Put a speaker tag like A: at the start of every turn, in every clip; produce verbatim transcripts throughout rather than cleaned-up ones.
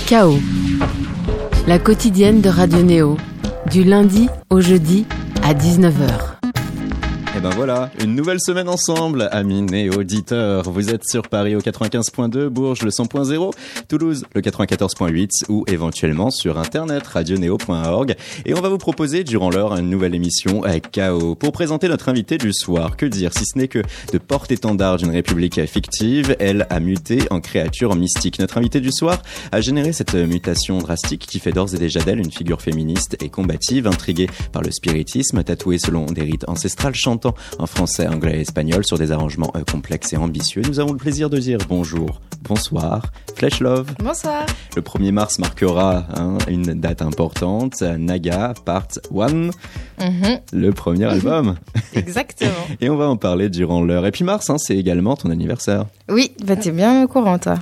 A: K O, la quotidienne de Radio Néo, du lundi au jeudi à dix-neuf heures.
B: Et ben voilà, une nouvelle semaine ensemble, amis néo-auditeurs. Vous êtes sur Paris au quatre-vingt-quinze point deux, Bourges le cent point zéro, Toulouse le quatre-vingt-quatorze point huit ou éventuellement sur internet radio néo point org. Et on va vous proposer durant l'heure une nouvelle émission avec K O pour présenter notre invité du soir. Que dire si ce n'est que de porte-étendard d'une république fictive, elle a muté en créature mystique. Notre invité du soir a généré cette mutation drastique qui fait d'ores et déjà d'elle une figure féministe et combative, intriguée par le spiritisme, tatouée selon des rites ancestrales, chantant en français, anglais et espagnol sur des arrangements euh, complexes et ambitieux. Nous avons le plaisir de dire bonjour, bonsoir, Flesh Love.
C: Bonsoir.
B: Le premier mars marquera hein, une date importante, Naga Part un, mm-hmm. le premier album.
C: Exactement.
B: Et on va en parler durant l'heure. Et puis mars, hein, c'est également ton anniversaire.
C: Oui, bah t'es bien au courant, toi.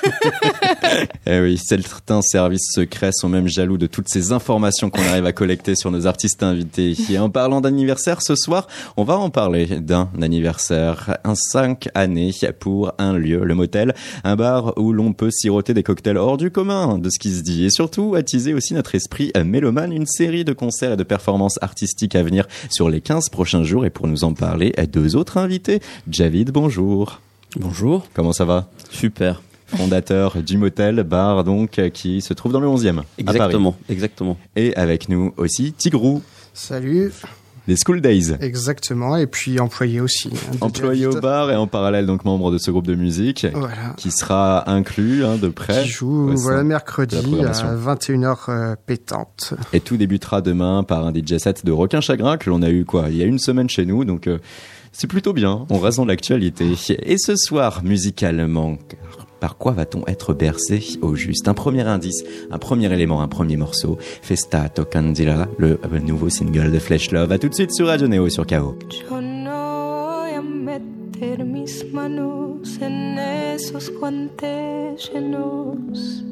B: Eh oui, certains services secrets sont même jaloux de toutes ces informations qu'on arrive à collecter sur nos artistes invités. Et en parlant d'anniversaire, ce soir, on va en parler d'un anniversaire. Un cinq années pour un lieu, le Motel, un bar où l'on peut siroter des cocktails hors du commun, de ce qui se dit. Et surtout, attiser aussi notre esprit mélomane, une série de concerts et de performances artistiques à venir sur les quinze prochains jours. Et pour nous en parler, deux autres invités. Javid, bonjour.
D: Bonjour.
B: Comment ça va ?
D: Super.
B: Fondateur du Motel, bar donc qui se trouve dans le onzième.
D: Exactement, exactement.
B: Et avec nous aussi Tigrou.
E: Salut.
B: Les School Days.
E: Exactement, et puis employé aussi. Hein,
B: employé au bar et en parallèle donc membre de ce groupe de musique.
E: Voilà.
B: Qui sera inclus hein, de près.
E: Qui joue voilà, mercredi à vingt et une heures euh, pétante.
B: Et tout débutera demain par un D J set de Requin Chagrin que l'on a eu quoi il y a une semaine chez nous, donc euh, c'est plutôt bien. On reste dans l'actualité. Et ce soir, musicalement, par quoi va-t-on être bercé au juste ? Un premier indice, un premier élément, un premier morceau. Festa Tocandila, le nouveau single de Flesh Love. A tout de suite sur Radio Néo sur K O.
F: Yo no voy a meter mis manos en esos guantes llenos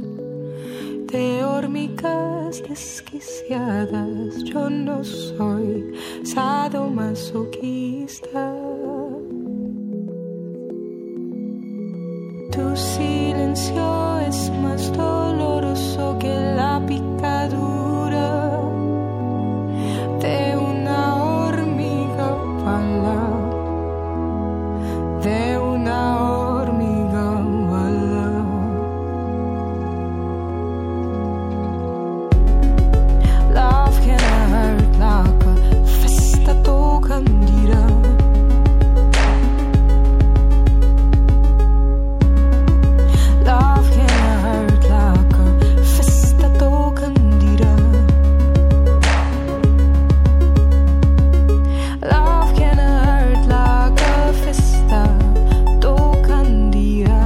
F: de hormigas desquiciadas. Yo no soy sadomasoquista. Tu silencio es más doloroso que la picadura de una hormiga bala, de una hormiga bala. Love can hurt like a festa tocandira. Love can hurt like a festa tocandira. Love can hurt like a festa tocandira.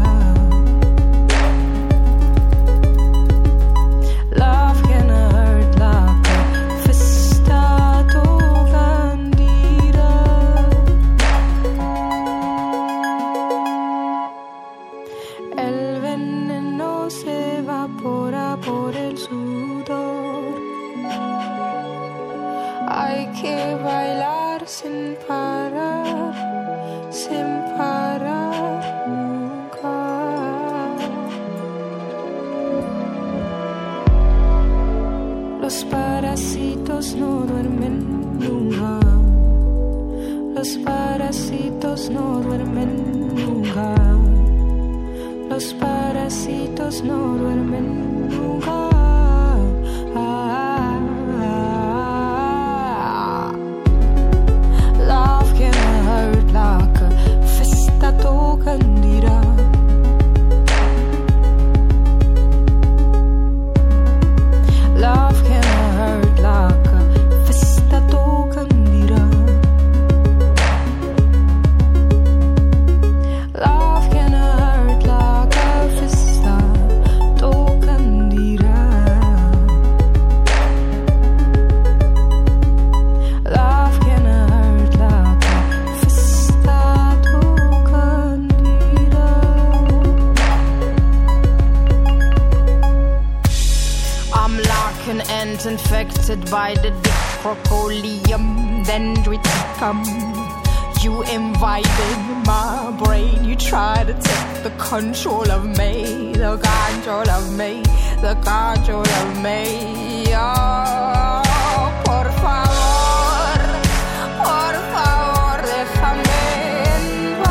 F: Love can hurt like a festa tocandira. El veneno se evapora por el sudor. Hay que bailar sin parar, sin parar nunca. Los parásitos no duermen nunca. Los parásitos no duermen nunca. Los parásitos no duermen nunca. Ah, ah, ah. Love can hurt like a festa tocandira. Love can hurt like a festa tocandira. Love can hurt like a festa tocandira. Love can hurt like a festa tocandira. I'm like an ant infected by the dicrocolium dendriticum. You invaded my brain. You tried to take the control of me, the control of me, the control of me. Oh, por favor, por favor, déjame en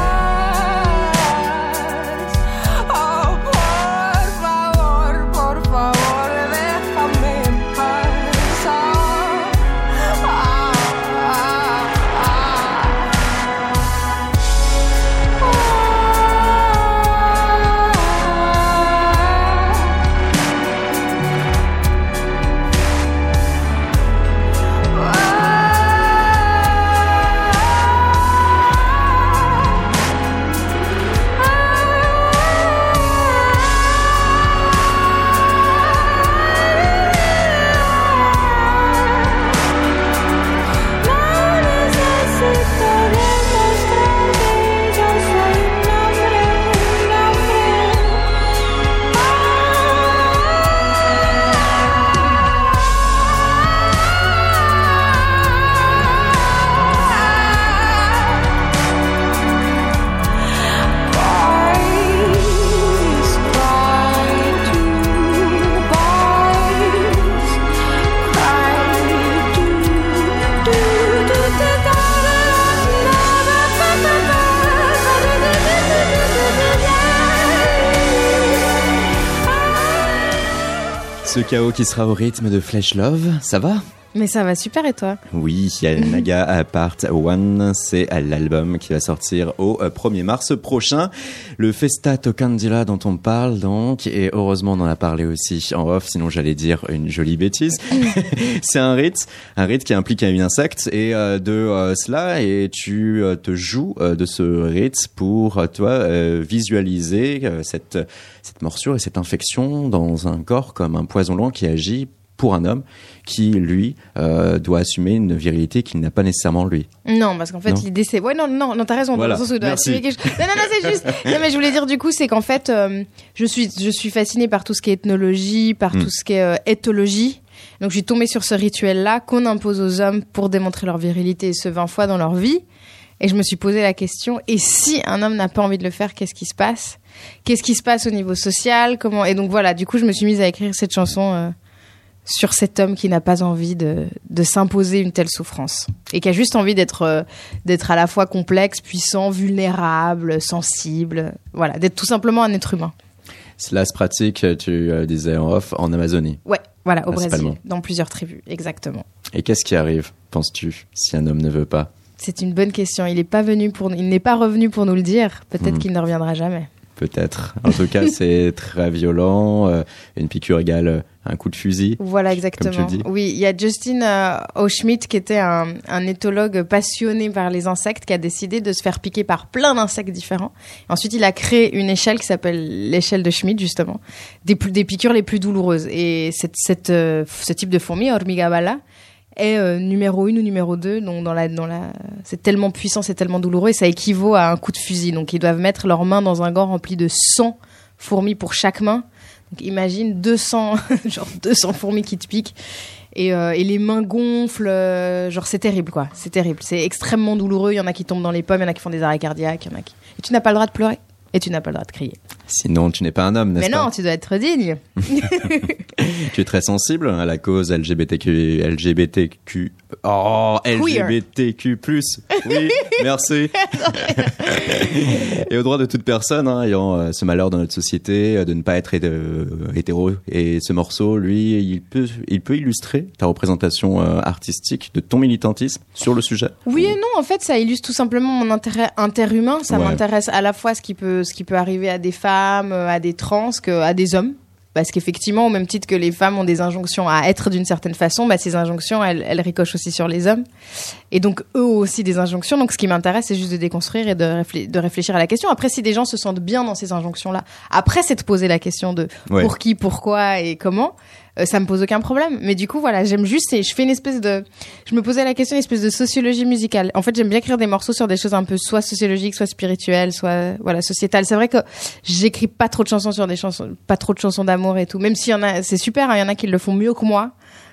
F: paz. Oh, por favor, por favor, déjame en paz. Oh, ah, ah, ah.
B: Ce chaos qui sera au rythme de Flesh Love, ça va ?
C: Mais ça va super, et toi ?
B: Oui, il y a Naga Part One, c'est l'album qui va sortir au premier mars prochain. Le Festa Tocandila dont on parle donc, et heureusement on en a parlé aussi en off, sinon j'allais dire une jolie bêtise. C'est un rite, un rite qui implique un insecte, et euh, de euh, cela, et tu euh, te joues euh, de ce rite pour euh, toi euh, visualiser euh, cette, cette morsure et cette infection dans un corps comme un poison lent qui agit pour un homme qui, lui, euh, doit assumer une virilité qu'il n'a pas nécessairement lui.
C: Non, parce qu'en fait,
B: Non.
C: l'idée c'est... Ouais, non, non, non, t'as raison.
B: Voilà.
C: Dans le sens où il doit
B: Merci.
C: assumer quelque chose. Non, non, non, c'est juste... Non, mais je voulais dire du coup, c'est qu'en fait, euh, je suis, je suis fascinée par tout ce qui est ethnologie, par
B: Mm.
C: tout ce qui est euh, éthologie. Donc, je suis tombée sur ce rituel-là qu'on impose aux hommes pour démontrer leur virilité, ce vingt fois dans leur vie. Et je me suis posé la question, et si un homme n'a pas envie de le faire, qu'est-ce qui se passe ? Qu'est-ce qui se passe au niveau social ? Comment... Et donc voilà, du coup, je me suis mise à écrire cette chanson... Euh, sur cet homme qui n'a pas envie de, de s'imposer une telle souffrance et qui a juste envie d'être, euh, d'être à la fois complexe, puissant, vulnérable, sensible, voilà, d'être tout simplement un être humain.
B: Cela se pratique, tu euh, disais en off, en Amazonie.
C: Ouais, voilà, au
B: Principalement.
C: Brésil, dans plusieurs tribus, exactement.
B: Et qu'est-ce qui arrive, penses-tu, si un homme ne veut pas ?
C: C'est une bonne question. Il est pas venu pour, il n'est pas revenu pour nous le dire. Peut-être
B: Mm.
C: qu'il ne reviendra jamais.
B: Peut-être. En tout cas, c'est très violent. Euh, une piqûre égale euh, un coup de fusil.
C: Voilà, exactement.
B: Comme tu le dis.
C: Oui, il y a Justin euh, O'Schmidt qui était un, un éthologue passionné par les insectes qui a décidé de se faire piquer par plein d'insectes différents. Ensuite, il a créé une échelle qui s'appelle l'échelle de Schmidt, justement, des, plus, des piqûres les plus douloureuses. Et cette, cette, euh, ce type de fourmi, Hormiga bala, est euh, numéro une ou numéro deux. Donc dans la, dans la... C'est tellement puissant, c'est tellement douloureux et ça équivaut à un coup de fusil. Donc ils doivent mettre leurs mains dans un gant rempli de cent fourmis pour chaque main. Donc imagine deux cents, genre deux cents fourmis qui te piquent et, euh, et les mains gonflent, euh, genre c'est terrible quoi, c'est terrible, c'est extrêmement douloureux. Il y en a qui tombent dans les pommes, il y en a qui font des arrêts cardiaques, il y en a qui... Et tu n'as pas le droit de pleurer et tu n'as pas le droit de crier.
B: Sinon, tu n'es pas un homme, n'est-ce
C: Mais
B: pas ?
C: non, tu dois être digne.
B: Tu es très sensible à la cause L G B T Q, L G B T Q, oh, L G B T Q plus. Oui, merci. Et au droit de toute personne, hein, ayant euh, ce malheur dans notre société euh, de ne pas être hété- euh, hétéro. Et ce morceau, lui, il peut, il peut illustrer ta représentation euh, artistique de ton militantisme sur le sujet.
C: Oui et non, en fait, ça illustre tout simplement mon intérêt interhumain. Ça
B: Ouais.
C: m'intéresse à la fois ce qui peut, ce qui peut arriver à des femmes, euh, à des trans, que à des hommes. Parce qu'effectivement, au même titre que les femmes ont des injonctions à être d'une certaine façon, bah, ces injonctions, elles, elles ricochent aussi sur les hommes. Et donc, eux ont aussi des injonctions. Donc, ce qui m'intéresse, c'est juste de déconstruire et de, réflé- de réfléchir à la question. Après, si des gens se sentent bien dans ces injonctions-là, après, c'est de poser la question de
B: Ouais.
C: pour qui, pourquoi et comment. Euh, ça me pose aucun problème. Mais du coup, voilà, j'aime juste, et je fais une espèce de, je me posais la question, une espèce de sociologie musicale. En fait, j'aime bien écrire des morceaux sur des choses un peu soit sociologiques, soit spirituelles, soit, voilà, sociétales. C'est vrai que j'écris pas trop de chansons sur des chansons, pas trop de chansons d'amour et tout. Même s'il y en a, c'est super, hein, il y en a qui le font mieux que moi.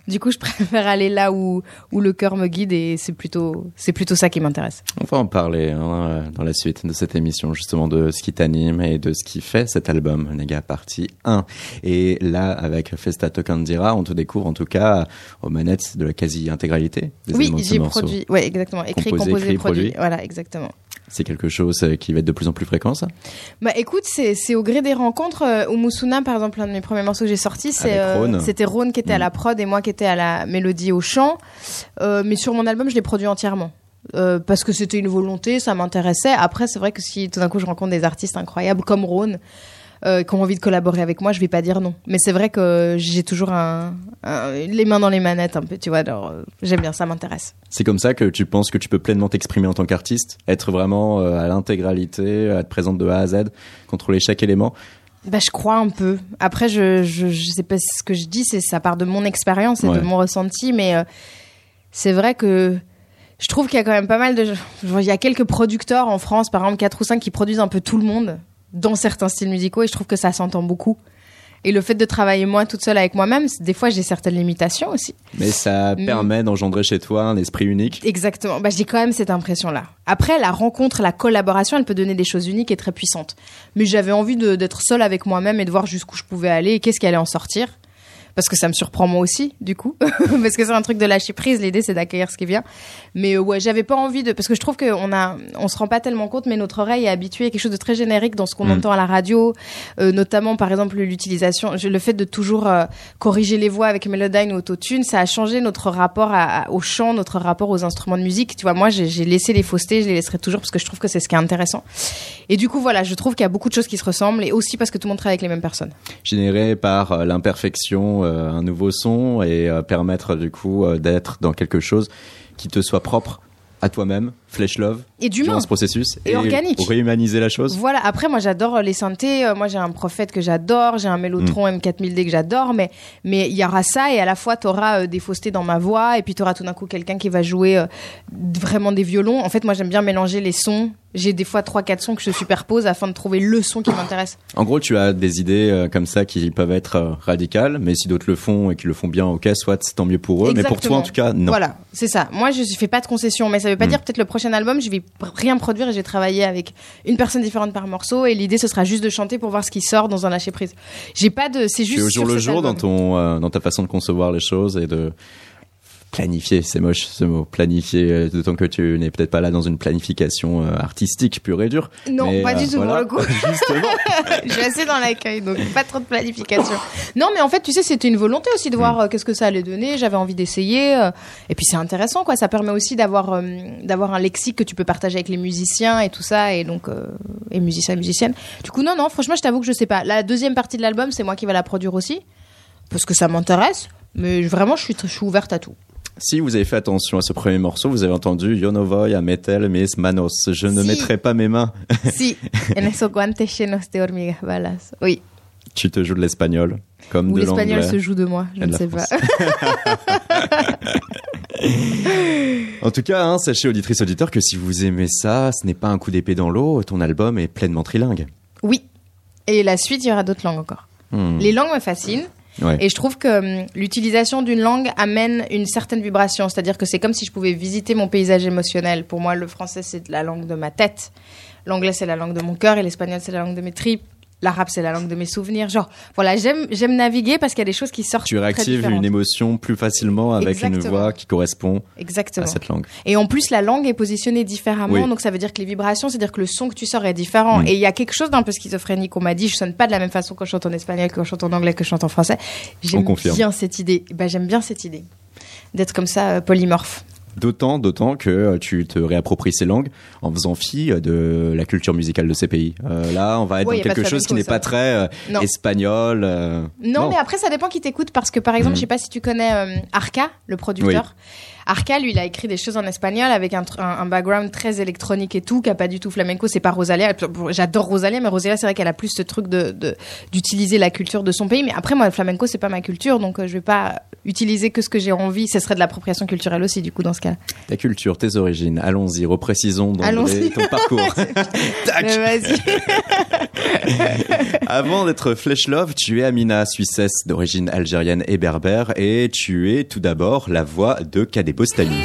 C: Du coup, je préfère aller là où, où le cœur me guide et c'est plutôt, c'est plutôt ça qui m'intéresse.
B: On va en parler hein, dans la suite de cette émission, justement, de ce qui t'anime et de ce qui fait cet album, Nega partie un. Et là, avec Festa Tocandira, on te découvre en tout cas aux manettes de la quasi-intégralité des
C: oui,
B: éléments de ce
C: j'ai
B: morceau.
C: produit. Ouais, exactement. Écrit,
B: composé,
C: composé,
B: écrit,
C: produit.
B: produit.
C: Voilà, exactement.
B: C'est quelque chose qui va être de plus en plus fréquent, ça?
C: Bah écoute, c'est, c'est au gré des rencontres. Euh, Umusuna, par exemple, l'un de mes premiers morceaux que j'ai sortis, c'est, euh, c'était Rhône qui était mmh. à la prod et moi qui étais à la mélodie au chant. Euh, mais sur mon album, je l'ai produit entièrement. Euh, parce que c'était une volonté, ça m'intéressait. Après, c'est vrai que si tout d'un coup je rencontre des artistes incroyables comme Rhône, Euh, qui ont envie de collaborer avec moi, je vais pas dire non. Mais c'est vrai que j'ai toujours un, un, les mains dans les manettes un peu, tu vois. Alors, euh, j'aime bien, ça m'intéresse.
B: C'est comme ça que tu penses que tu peux pleinement t'exprimer en tant qu'artiste, être vraiment euh, à l'intégralité, être présente de A à Z, contrôler chaque élément.
C: Bah, je crois un peu. Après, je, je, je sais pas ce que je dis, c'est ça part de mon expérience et ouais. de mon ressenti, mais euh, c'est vrai que je trouve qu'il y a quand même pas mal de, il y a quelques producteurs en France, par exemple quatre ou cinq, qui produisent un peu tout le monde dans certains styles musicaux et je trouve que ça s'entend beaucoup. Et le fait de travailler moi toute seule avec moi-même, des fois j'ai certaines limitations aussi.
B: Mais ça Mais... permet d'engendrer chez toi un esprit unique.
C: Exactement. Bah, j'ai quand même cette impression-là. Après, la rencontre, la collaboration, elle peut donner des choses uniques et très puissantes. Mais j'avais envie de, d'être seule avec moi-même et de voir jusqu'où je pouvais aller et qu'est-ce qui allait en sortir. Parce que ça me surprend moi aussi, du coup. Parce que c'est un truc de lâcher prise. L'idée, c'est d'accueillir ce qui vient. Mais euh, ouais, j'avais pas envie de... Parce que je trouve qu'on a... on se rend pas tellement compte, mais notre oreille est habituée à quelque chose de très générique dans ce qu'on mmh. entend à la radio. Euh, notamment, par exemple, l'utilisation... Le fait de toujours euh, corriger les voix avec Melodyne ou Autotune, ça a changé notre rapport à, à, au chant, notre rapport aux instruments de musique. Tu vois, moi, j'ai, j'ai laissé les faussetés, je les laisserai toujours parce que je trouve que c'est ce qui est intéressant. Et du coup, voilà, je trouve qu'il y a beaucoup de choses qui se ressemblent et aussi parce que tout le monde travaille avec les mêmes personnes.
B: Généré par euh, l'imperfection, euh, un nouveau son et euh, permettre du coup euh, d'être dans quelque chose qui te soit propre à toi-même, Flesh Love,
C: et d'humain,
B: dans ce processus
C: et, et organique,
B: réhumaniser la chose.
C: Voilà. Après, moi, j'adore les synthés. Euh, moi, j'ai un Prophète que j'adore, j'ai un Mellotron mmh. M quatre mille D que j'adore, mais mais il y aura ça et à la fois, t'auras euh, des faussetés dans ma voix et puis t'auras tout d'un coup quelqu'un qui va jouer euh, vraiment des violons. En fait, moi, j'aime bien mélanger les sons. J'ai des fois trois quatre sons que je superpose afin de trouver le son qui m'intéresse.
B: En gros, tu as des idées euh, comme ça qui peuvent être euh, radicales, mais si d'autres le font et qu'ils le font bien, ok, soit c'est tant mieux pour eux. Exactement. Mais pour toi, en tout cas, non.
C: Voilà, c'est ça. Moi, je fais pas de concessions, mais ça veut pas mmh. dire peut-être le prochain album, je vais rien produire et je vais travailler avec une personne différente par morceau et l'idée ce sera juste de chanter pour voir ce qui sort dans un lâcher prise. J'ai pas de, c'est juste.
B: Tu es au jour le jour album. dans ton, euh, dans ta façon de concevoir les choses et de planifier, c'est moche ce mot, planifier, d'autant que tu n'es peut-être pas là dans une planification euh, artistique pure et dure.
C: Non,
B: mais,
C: pas du tout
B: voilà,
C: pour le coup.
B: Justement.
C: Je suis assez dans l'accueil, donc pas trop de planification. Non, mais en fait, tu sais, c'était une volonté aussi de voir mmh. euh, qu'est-ce que ça allait donner. J'avais envie d'essayer. Euh, et puis c'est intéressant, quoi. Ça permet aussi d'avoir, euh, d'avoir un lexique que tu peux partager avec les musiciens et tout ça, et donc euh, et musiciens et musiciennes. Du coup, non, non, franchement, je t'avoue que je sais pas. La deuxième partie de l'album, c'est moi qui vais la produire aussi, parce que ça m'intéresse. Mais vraiment, je suis, je suis ouverte à tout.
B: Si vous avez fait attention à ce premier morceau, vous avez entendu Yo no voy a meter mis manos. Je ne si. mettrai pas mes mains.
C: Si, en esos guantes llenos de hormigas balas. Oui.
B: Tu te joues de l'espagnol, comme
C: Ou
B: de l'anglais. Ou
C: l'espagnol se joue de moi, je ne sais pas.
B: En tout cas, hein, sachez, auditrices, auditeurs, que si vous aimez ça, ce n'est pas un coup d'épée dans l'eau. Ton album est pleinement trilingue.
C: Oui. Et la suite, il y aura d'autres langues encore. Hmm. Les langues me fascinent. Ouais. Et je trouve que hum, l'utilisation d'une langue amène une certaine vibration. C'est-à-dire que c'est comme si je pouvais visiter mon paysage émotionnel. Pour moi, le français, c'est la langue de ma tête. L'anglais, c'est la langue de mon cœur. Et l'espagnol, c'est la langue de mes tripes. L'arabe, c'est la langue de mes souvenirs. Genre, voilà, j'aime, j'aime naviguer parce qu'il y a des choses qui sortent.
B: Tu réactives une émotion plus facilement avec Exactement. Une voix qui correspond
C: Exactement.
B: à cette langue.
C: Et en plus, la langue est positionnée différemment. Oui. Donc, ça veut dire que les vibrations, c'est-à-dire que le son que tu sors est différent. Mmh. Et il y a quelque chose d'un peu schizophrénique. On m'a dit, je sonne pas de la même façon quand je chante en espagnol, que quand je chante en anglais, que je chante en français. J'aime bien cette idée. Bah, j'aime bien cette idée. D'être comme ça, euh, polymorphe.
B: D'autant, d'autant que tu te réappropries ces langues en faisant fi de la culture musicale de ces pays. Euh, là, on va être
C: ouais,
B: dans quelque chose qui n'est ça. Pas très euh, espagnol. Euh...
C: Non, non, mais après, ça dépend qui t'écoute parce que, par exemple, mmh. je sais pas si tu connais euh, Arca, le producteur. Oui. Arca, lui, il a écrit des choses en espagnol avec un, un, un background très électronique et tout, qui a pas du tout flamenco. C'est pas Rosalia. J'adore Rosalia, mais Rosalia, c'est vrai qu'elle a plus ce truc de, de d'utiliser la culture de son pays. Mais après, moi, le flamenco, c'est pas ma culture, donc euh, je vais pas utiliser que ce que j'ai envie. Ce serait de l'appropriation culturelle aussi, du coup, dans ce cas.
B: Ta culture, tes origines, allons-y, reprécisons dans ton parcours. Tac.
C: Vas-y.
B: Avant d'être Flesh Love, tu es Amina, Suissesse d'origine algérienne et berbère, et tu es tout d'abord la voix de Kadebostani.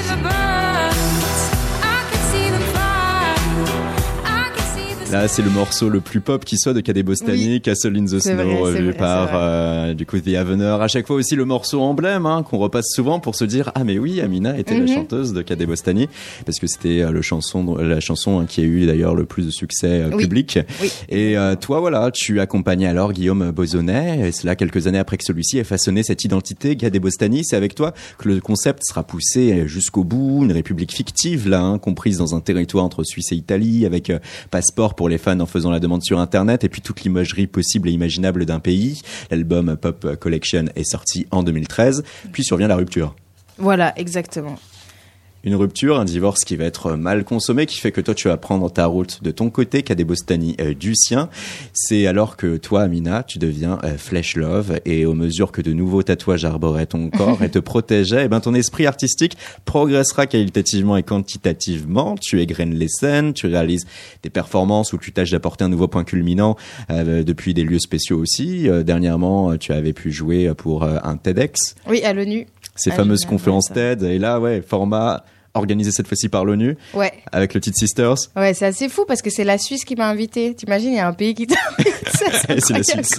B: Là, c'est le morceau le plus pop qui soit de Kadebostani, oui. Castle in the
C: c'est
B: Snow,
C: vrai,
B: vu
C: vrai,
B: par euh, du coup The Avener. À chaque fois aussi le morceau emblème hein, qu'on repasse souvent pour se dire ah mais oui, Amina était mm-hmm. la chanteuse de Kadebostani parce que c'était euh, le chanson, la chanson hein, qui a eu d'ailleurs le plus de succès euh,
C: oui.
B: public.
C: Oui.
B: Et euh, toi voilà, tu accompagnais alors Guillaume Bozonnet. Et c'est là quelques années après que celui-ci ait façonné cette identité Kadebostani. C'est avec toi que le concept sera poussé jusqu'au bout. Une république fictive là, hein, comprise dans un territoire entre Suisse et Italie avec euh, passeport pour les fans en faisant la demande sur internet et puis toute l'imagerie possible et imaginable d'un pays. L'album Pop Collection est sorti en deux mille treize, puis survient la rupture.
C: Voilà, exactement.
B: Une rupture, un divorce qui va être mal consommé, qui fait que toi tu vas prendre ta route de ton côté, Kadebostani euh, du sien. C'est alors que toi, Amina, tu deviens euh, Flesh Love et au mesure que de nouveaux tatouages arboraient ton corps et te protégeaient, et ben ton esprit artistique progressera qualitativement et quantitativement. Tu égrènes les scènes, tu réalises des performances où tu tâches d'apporter un nouveau point culminant euh, depuis des lieux spéciaux aussi. Euh, dernièrement, tu avais pu jouer pour euh, un TEDx.
C: Oui, à l'ONU.
B: Ces ah, fameuses conférences TED, et là, ouais, format organisé cette fois-ci par l'ONU,
C: ouais.
B: avec le titre Sisters.
C: Ouais, c'est assez fou parce que c'est la Suisse qui m'a invité. T'imagines, il y a un pays qui t'invite. C'est,
B: c'est la Suisse.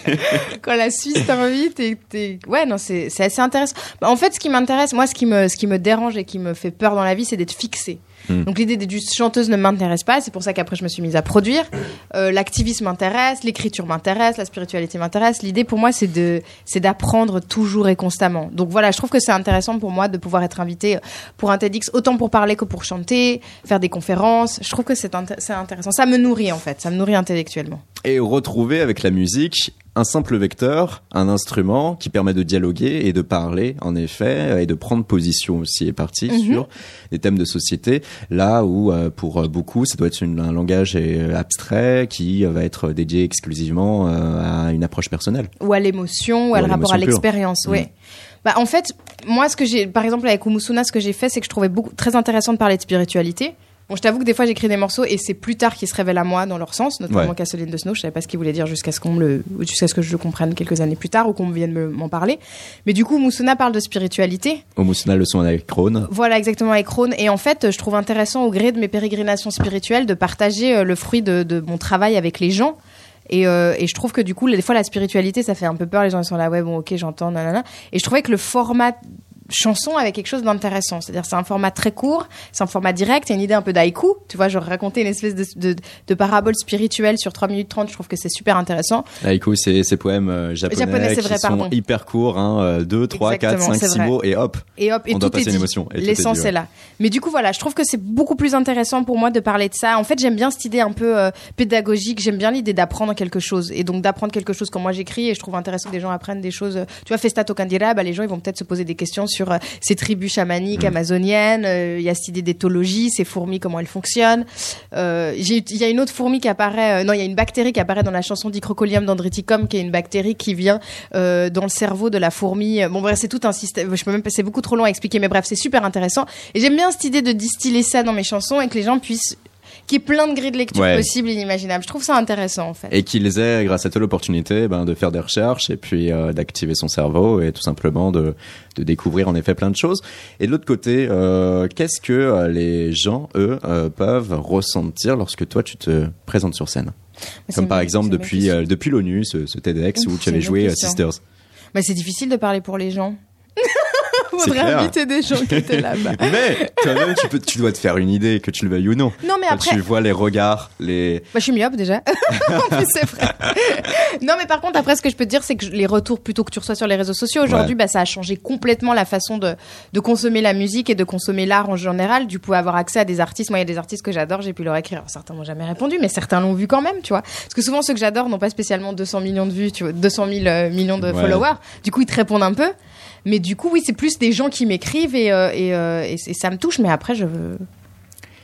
C: Quand la Suisse t'invite, et t'es... ouais, non, c'est, c'est assez intéressant. En fait, ce qui m'intéresse, moi, ce qui me, ce qui me dérange et qui me fait peur dans la vie, c'est d'être fixée. Mmh. Donc l'idée d'être juste chanteuse ne m'intéresse pas, c'est pour ça qu'après je me suis mise à produire. Euh, l'activisme m'intéresse, l'écriture m'intéresse, la spiritualité m'intéresse. L'idée pour moi c'est de c'est d'apprendre toujours et constamment. Donc voilà, je trouve que c'est intéressant pour moi de pouvoir être invitée pour un TEDx, autant pour parler que pour chanter, faire des conférences. Je trouve que c'est, int- c'est intéressant. Ça me nourrit en fait, ça me nourrit intellectuellement.
B: Et retrouver avec la musique un simple vecteur, un instrument qui permet de dialoguer et de parler, en effet, et de prendre position aussi et partie mm-hmm. sur des thèmes de société, là où, euh, pour beaucoup, ça doit être une, un langage abstrait qui va être dédié exclusivement euh, à une approche personnelle.
C: Ou à l'émotion, ou, ou à, à le rapport à l'expérience, oui. Mmh. Bah, en fait, moi, ce que j'ai, par exemple, avec Umusuna, ce que j'ai fait, c'est que je trouvais beaucoup, très intéressant de parler de spiritualité. Bon, je t'avoue que des fois j'écris des morceaux et c'est plus tard qu'ils se révèlent à moi dans leur sens, notamment ouais. Castle in the Snow. Je savais pas ce qu'il voulait dire jusqu'à ce qu'on me le, jusqu'à ce que je le comprenne quelques années plus tard ou qu'on vienne me, m'en parler. Mais du coup, Umusuna parle de spiritualité.
B: Umusuna, le son avec Krone.
C: Voilà, exactement, avec Krone. Et en fait, je trouve intéressant au gré de mes pérégrinations spirituelles de partager le fruit de, de mon travail avec les gens. Et, euh, et je trouve que du coup, des fois, la spiritualité, ça fait un peu peur. Les gens ils sont là, ouais, bon, ok, j'entends, nanana. Et je trouvais que le format chanson avec quelque chose d'intéressant, c'est-à-dire c'est un format très court, c'est un format direct, il y a une idée un peu d'haïku, tu vois, genre raconter une espèce de, de, de parabole spirituelle sur trois minutes trente, je trouve que c'est super intéressant.
B: L'haïku, c'est ces poèmes euh, japonais, japonais qui vrai, sont pardon. hyper courts, hein, deux, trois, quatre, cinq, six mots et hop,
C: et hop et
B: on
C: tout
B: doit passer
C: est
B: une émotion.
C: Et l'essence est, est là. Mais du coup, voilà, je trouve que c'est beaucoup plus intéressant pour moi de parler de ça. En fait, j'aime bien cette idée un peu euh, pédagogique, j'aime bien l'idée d'apprendre quelque chose, et donc d'apprendre quelque chose quand moi j'écris, et je trouve intéressant que des gens apprennent des choses. Tu vois, Festa Tokandira, bah, les gens ils vont peut-être se poser des questions sur euh, ces tribus chamaniques, mmh. amazoniennes, il euh, y a cette idée d'éthologie, ces fourmis, comment elles fonctionnent. Euh, il y a une autre fourmi qui apparaît, euh, non, il y a une bactérie qui apparaît dans la chanson d'Icrocolium dendriticum, qui est une bactérie qui vient euh, dans le cerveau de la fourmi. Bon bref, c'est tout un système, je peux même, c'est beaucoup trop long à expliquer, mais bref, c'est super intéressant. Et j'aime bien cette idée de distiller ça dans mes chansons et que les gens puissent qu'il y ait plein de grilles de lecture ouais. possibles et inimaginables. Je trouve ça intéressant, en fait. Et
B: qu'ils aient, grâce à toi, l'opportunité ben, de faire des recherches et puis euh, d'activer son cerveau et tout simplement de, de découvrir, en effet, plein de choses. Et de l'autre côté, euh, qu'est-ce que euh, les gens, eux, euh, peuvent ressentir lorsque toi, tu te présentes sur scène ? bah, Comme par une, exemple, depuis, euh, depuis l'ONU, ce, ce TEDx où tu avais joué euh, Sisters.
C: Bah, c'est difficile de parler pour les gens. Faudrait inviter des gens qui étaient là-bas.
B: Mais toi-même, tu, peux, tu dois te faire une idée, que tu le veuilles ou non.
C: Non, mais
B: Quand
C: après.
B: tu vois les regards, les.
C: Bah, je suis myope déjà. En plus, c'est vrai. Non, mais par contre, après, ce que je peux te dire, c'est que les retours plutôt que tu reçois sur les réseaux sociaux aujourd'hui, ouais. bah, ça a changé complètement la façon de, de consommer la musique et de consommer l'art en général. Du coup, avoir accès à des artistes. Moi, il y a des artistes que j'adore, j'ai pu leur écrire. Alors, certains m'ont jamais répondu, mais certains l'ont vu quand même, tu vois. Parce que souvent, ceux que j'adore n'ont pas spécialement deux cents millions de vues, tu vois, deux cent mille euh, millions de ouais. followers. Du coup, ils te répondent un peu. Mais du coup, oui, c'est plus des gens qui m'écrivent et, euh, et, euh, et, et ça me touche. Mais après, je veux...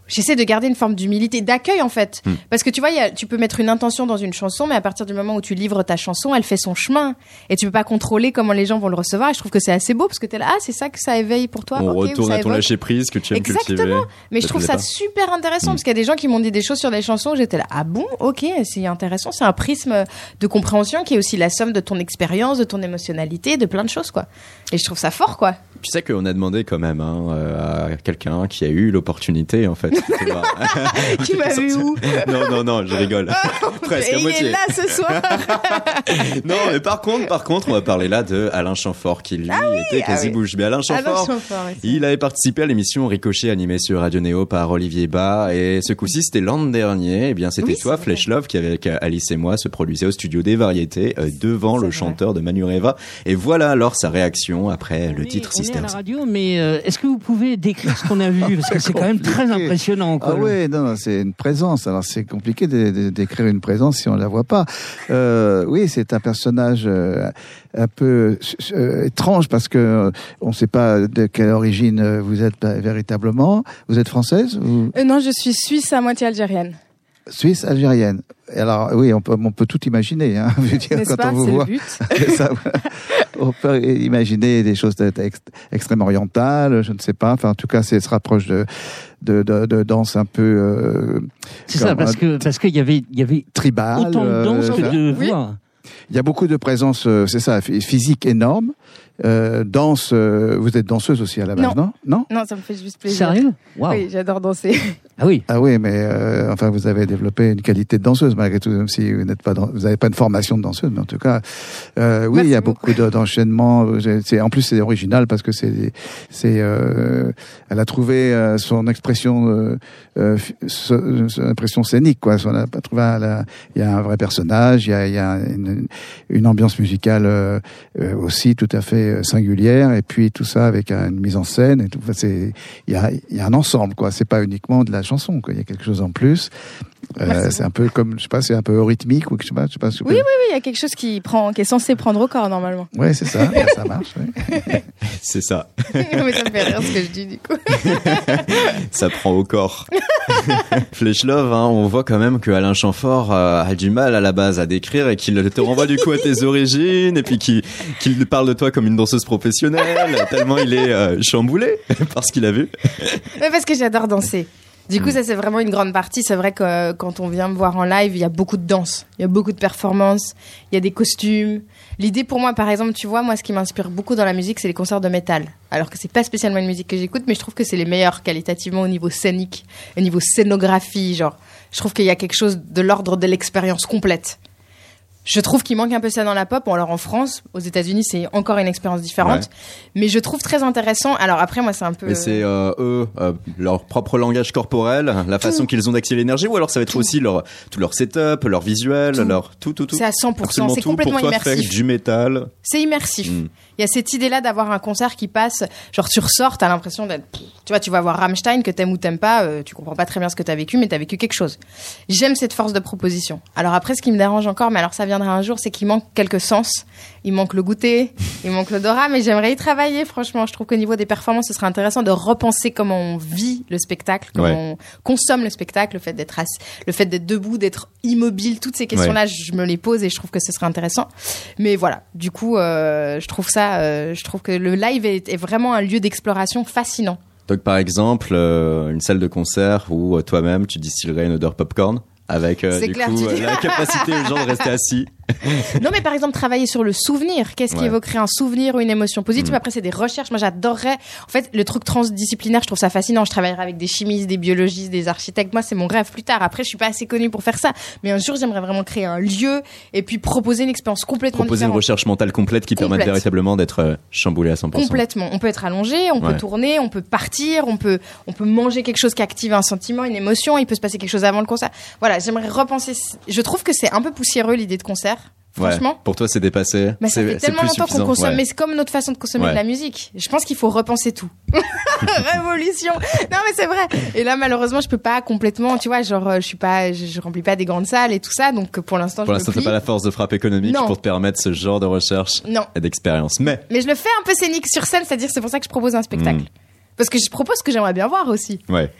C: j'essaie de garder une forme d'humilité, d'accueil en fait. Mm. Parce que tu vois, y a, tu peux mettre une intention dans une chanson, mais à partir du moment où tu livres ta chanson, elle fait son chemin. Et tu peux pas contrôler comment les gens vont le recevoir. Et je trouve que c'est assez beau parce que t'es là, ah, c'est ça que ça éveille pour toi.
B: On
C: okay,
B: retourne à ton lâcher prise que tu aimes
C: Exactement.
B: cultiver.
C: Mais je trouve ça pas. super intéressant mm. parce qu'il y a des gens qui m'ont dit des choses sur des chansons où j'étais là, ah bon, ok, c'est intéressant. C'est un prisme de compréhension qui est aussi la somme de ton expérience, de ton émotionnalité, de plein de choses, quoi. Et je trouve ça fort, quoi.
B: Tu sais qu'on a demandé quand même hein, à quelqu'un qui a eu l'opportunité, en fait.
C: Qui m'a vu où?
B: Non, non, non, je rigole. Presque à moitié.
C: Il est là ce soir.
B: Non, mais par contre, par contre, on va parler là de Alain Chamfort, qui lui ah oui, était quasi ah oui. bouche bée. Alain Chamfort, Alain Chamfort il avait participé à l'émission Ricochet animée sur Radio Néo par Olivier Bas, et ce coup-ci, c'était l'an dernier. Eh bien, c'était oui, toi, Flèche Love, qui avec Alice et moi se produisait au studio des variétés euh, devant c'est le vrai. chanteur de Manureva. Et voilà alors sa réaction après le
G: oui,
B: titre
G: Sisters. On est à la radio, mais euh, est-ce que vous pouvez décrire ce qu'on a vu parce que c'est quand même très impressionnant. Quoi,
H: ah ouais, non, non, c'est une présence. Alors c'est compliqué de, de, d'écrire une présence si on la voit pas. Euh, oui, c'est un personnage euh, un peu euh, étrange parce que euh, on ne sait pas de quelle origine vous êtes euh, véritablement. Vous êtes française ou...
C: euh, Non, je suis suisse à moitié algérienne.
H: Suisse algérienne. Alors oui, on peut, on peut tout imaginer. Hein, je veux dire,
C: N'est-ce
H: quand
C: pas,
H: on vous
C: c'est
H: voit,
C: le but.
H: ça, on peut imaginer des choses ex, extrêmement orientales. Je ne sais pas. Enfin, en tout cas, c'est se rapproche de de, de, de danse un peu. Euh,
G: c'est ça, parce que parce qu'il y avait il y avait
H: tribal,
G: autant de danse euh, que de
C: oui.
G: voix.
H: Il y a beaucoup de présence, euh, c'est ça, physique énorme. Euh, danse, euh, vous êtes danseuse aussi à la base, non?
C: Non, non, ça me fait juste plaisir.
G: Sérieux? Wow.
C: Oui, j'adore danser.
G: Ah oui.
H: Ah oui, mais euh, enfin, vous avez développé une qualité de danseuse malgré tout, même si vous n'êtes pas, dans, vous n'avez pas une formation de danseuse, mais en tout cas, euh, oui, Merci il y a beaucoup, beaucoup d'enchaînements. C'est, en plus, c'est original parce que c'est, c'est, euh, elle a trouvé euh, son expression, euh, euh, son, son expression scénique, quoi. On a pas trouvé, la, il y a un vrai personnage, il y a, il y a une, une ambiance musicale euh, euh, aussi tout à fait singulière, et puis tout ça avec une mise en scène et tout. Enfin, c'est, il y a, il y a un ensemble, quoi. C'est pas uniquement de la chanson, quoi. Il y a quelque chose en plus. Euh, c'est un peu comme, je sais pas, c'est un peu rythmique ou je sais pas, je sais pas.
C: Oui, oui, oui, il y a quelque chose qui prend, qui est censé prendre au corps normalement.
H: Ouais, c'est ça, ça marche. Ouais.
B: C'est ça.
C: Mais ça me fait rire ce que je dis du coup.
B: Ça prend au corps. Flèche Love, hein, on voit quand même que Alain Chamfort euh, a du mal à la base à décrire et qu'il te renvoie du coup à tes origines et puis qu'il, qu'il parle de toi comme une danseuse professionnelle tellement il est euh, chamboulé par ce qu'il a vu.
C: Mais parce que j'adore danser. Du coup, ça, c'est vraiment une grande partie. C'est vrai que euh, quand on vient me voir en live, il y a beaucoup de danse, il y a beaucoup de performances, il y a des costumes. L'idée pour moi, par exemple, tu vois, moi, ce qui m'inspire beaucoup dans la musique, c'est les concerts de métal. Alors que c'est pas spécialement une musique que j'écoute, mais je trouve que c'est les meilleurs qualitativement au niveau scénique, au niveau scénographie, genre. Je trouve qu'il y a quelque chose de l'ordre de l'expérience complète. Je trouve qu'il manque un peu ça dans la pop. Bon, alors en France, aux États-Unis, c'est encore une expérience différente. Ouais. Mais je trouve très intéressant. Alors après, moi, c'est un peu.
B: Mais c'est euh, eux, euh, leur propre langage corporel, la façon tout. qu'ils ont d'axer l'énergie, ou alors ça va être tout. aussi leur tout leur setup, leur visuel, tout. leur tout, tout, tout.
C: C'est à cent pour cent. C'est complètement
B: pour toi,
C: immersif.
B: Faire du métal.
C: C'est immersif. Mm. Il y a cette idée-là d'avoir un concert qui passe, genre tu ressors, t'as l'impression d'être, tu vois, tu vas voir Rammstein, que t'aimes ou t'aimes pas, euh, tu comprends pas très bien ce que t'as vécu, mais t'as vécu quelque chose. J'aime cette force de proposition. Alors après, ce qui me dérange encore, mais alors ça viendra un jour, c'est qu'il manque quelques sens. Il manque le goûter, il manque l'odorat, mais j'aimerais y travailler, franchement. Je trouve qu'au niveau des performances, ce serait intéressant de repenser comment on vit le spectacle, comment ouais. on consomme le spectacle, le fait d'être assis, le fait d'être debout, d'être immobile, toutes ces questions-là, ouais. je me les pose et je trouve que ce serait intéressant. Mais voilà, du coup, euh, je trouve ça, euh, je trouve que le live est, est vraiment un lieu d'exploration fascinant.
B: Donc, par exemple, euh, une salle de concert où euh, toi-même, tu distillerais une odeur popcorn avec euh, du
C: clair,
B: coup euh, la capacité aux gens de rester assis.
C: Non, mais par exemple, travailler sur le souvenir. Qu'est-ce qui ouais. évoquerait un souvenir ou une émotion positive? Mmh. Après, c'est des recherches. Moi, j'adorerais. En fait, le truc transdisciplinaire, je trouve ça fascinant. Je travaillerai avec des chimistes, des biologistes, des architectes. Moi, c'est mon rêve plus tard. Après, je suis pas assez connue pour faire ça. Mais un jour, j'aimerais vraiment créer un lieu et puis proposer une expérience complètement
B: proposer
C: différente.
B: Proposer une recherche mentale complète qui
C: complète.
B: permette véritablement d'être euh, chamboulé à cent pour cent.
C: Complètement. On peut être allongé, on ouais. peut tourner, on peut partir, on peut, on peut manger quelque chose qui active un sentiment, une émotion. Il peut se passer quelque chose avant le concert. Voilà, j'aimerais repenser. Je trouve que c'est un peu poussiéreux, l'idée de concert. Franchement.
B: Ouais, pour toi, c'est dépassé.
C: Bah, ça
B: c'est,
C: fait tellement longtemps qu'on consomme,
B: ouais.
C: mais c'est comme notre façon de consommer ouais. de la musique. Je pense qu'il faut repenser tout. Révolution. Non, mais c'est vrai. Et là, malheureusement, je peux pas complètement, tu vois, genre, je suis pas, je, je remplis pas des grandes salles et tout ça, donc pour l'instant,
B: pour
C: je
B: l'instant,
C: me plie.
B: t'as pas la force de frappe économique non. pour te permettre ce genre de recherche
C: non.
B: et d'expérience. Mais.
C: Mais je le fais un peu scénique sur scène, c'est-à-dire, c'est pour ça que je propose un spectacle. Mm. Parce que je propose ce que j'aimerais bien voir aussi.
B: Ouais.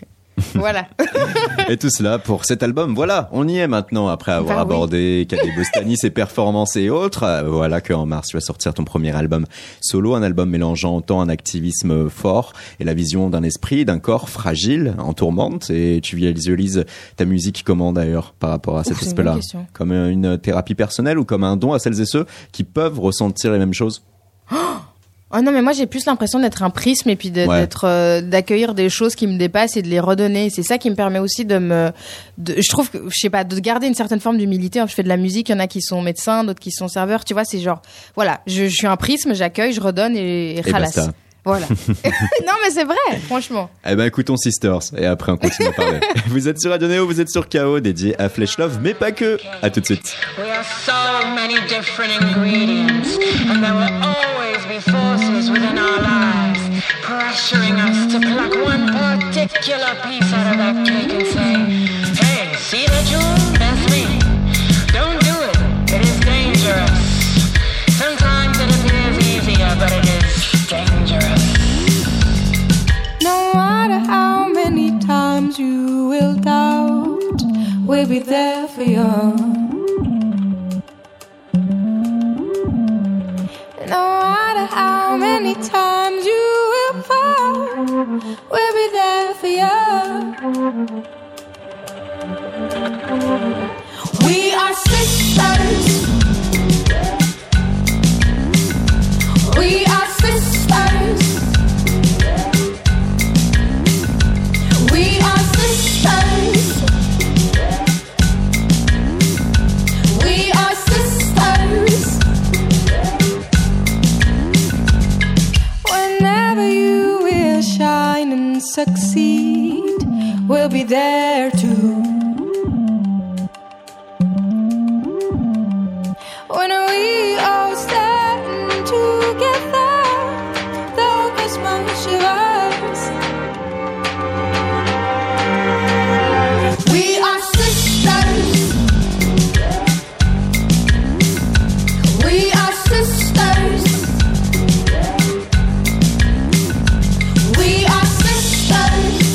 C: Voilà.
B: Et tout cela pour cet album. Voilà, on y est maintenant après avoir
C: bah,
B: abordé
C: oui.
B: Kadé Bostani, ses performances et autres. Voilà qu'en mars, tu vas sortir ton premier album solo, un album mélangeant autant un activisme fort et la vision d'un esprit, d'un corps fragile, en tourmente. Et tu visualises ta musique comment d'ailleurs par rapport à cet
C: Ouf,
B: aspect-là? Comme une thérapie personnelle ou comme un don à celles et ceux qui peuvent ressentir les mêmes choses?
C: Oh non, mais moi j'ai plus l'impression d'être un prisme et puis de,
B: ouais.
C: d'être euh, d'accueillir des choses qui me dépassent et de les redonner. C'est ça qui me permet aussi de me de, je trouve que je sais pas, de garder une certaine forme d'humilité. Je fais de la musique, il y en a qui sont médecins, d'autres qui sont serveurs, tu vois, c'est genre voilà, je, je suis un prisme, j'accueille, je redonne et, et ralasse. Voilà. Non, mais c'est vrai, franchement.
B: Eh ben, écoutons Sisters et après on continue à parler. Vous êtes sur Radio Néo, vous êtes sur K O, dédié à Flesh Love, mais pas que. À tout de suite.
I: We are so many different ingredients, and there will always be forces within our lives pressuring us to pluck one particular piece out of that cake and say, hey, see that jewel? That's me. Don't do it. It is dangerous. Sometimes it appears easier, but it is dangerous.
F: No matter how many times you will doubt, we'll be there for you. No matter how many times you will fall, we'll be there for you. We are sisters. We are sisters. We are sisters. We are sisters. Whenever you will shine and succeed, we'll be there too. When we all stand together, though Christmas shivers. We are sisters. We are sisters. We are sisters.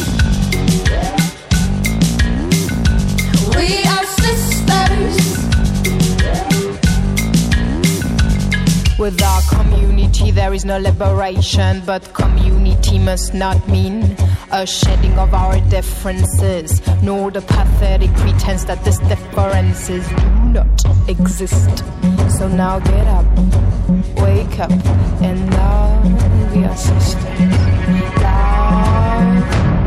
F: We are sisters. Without community there is no liberation, but community must not mean a shedding of our differences, nor the pathetic pretense that these differences do not exist. So now get up, wake up, and love your sisters. Love.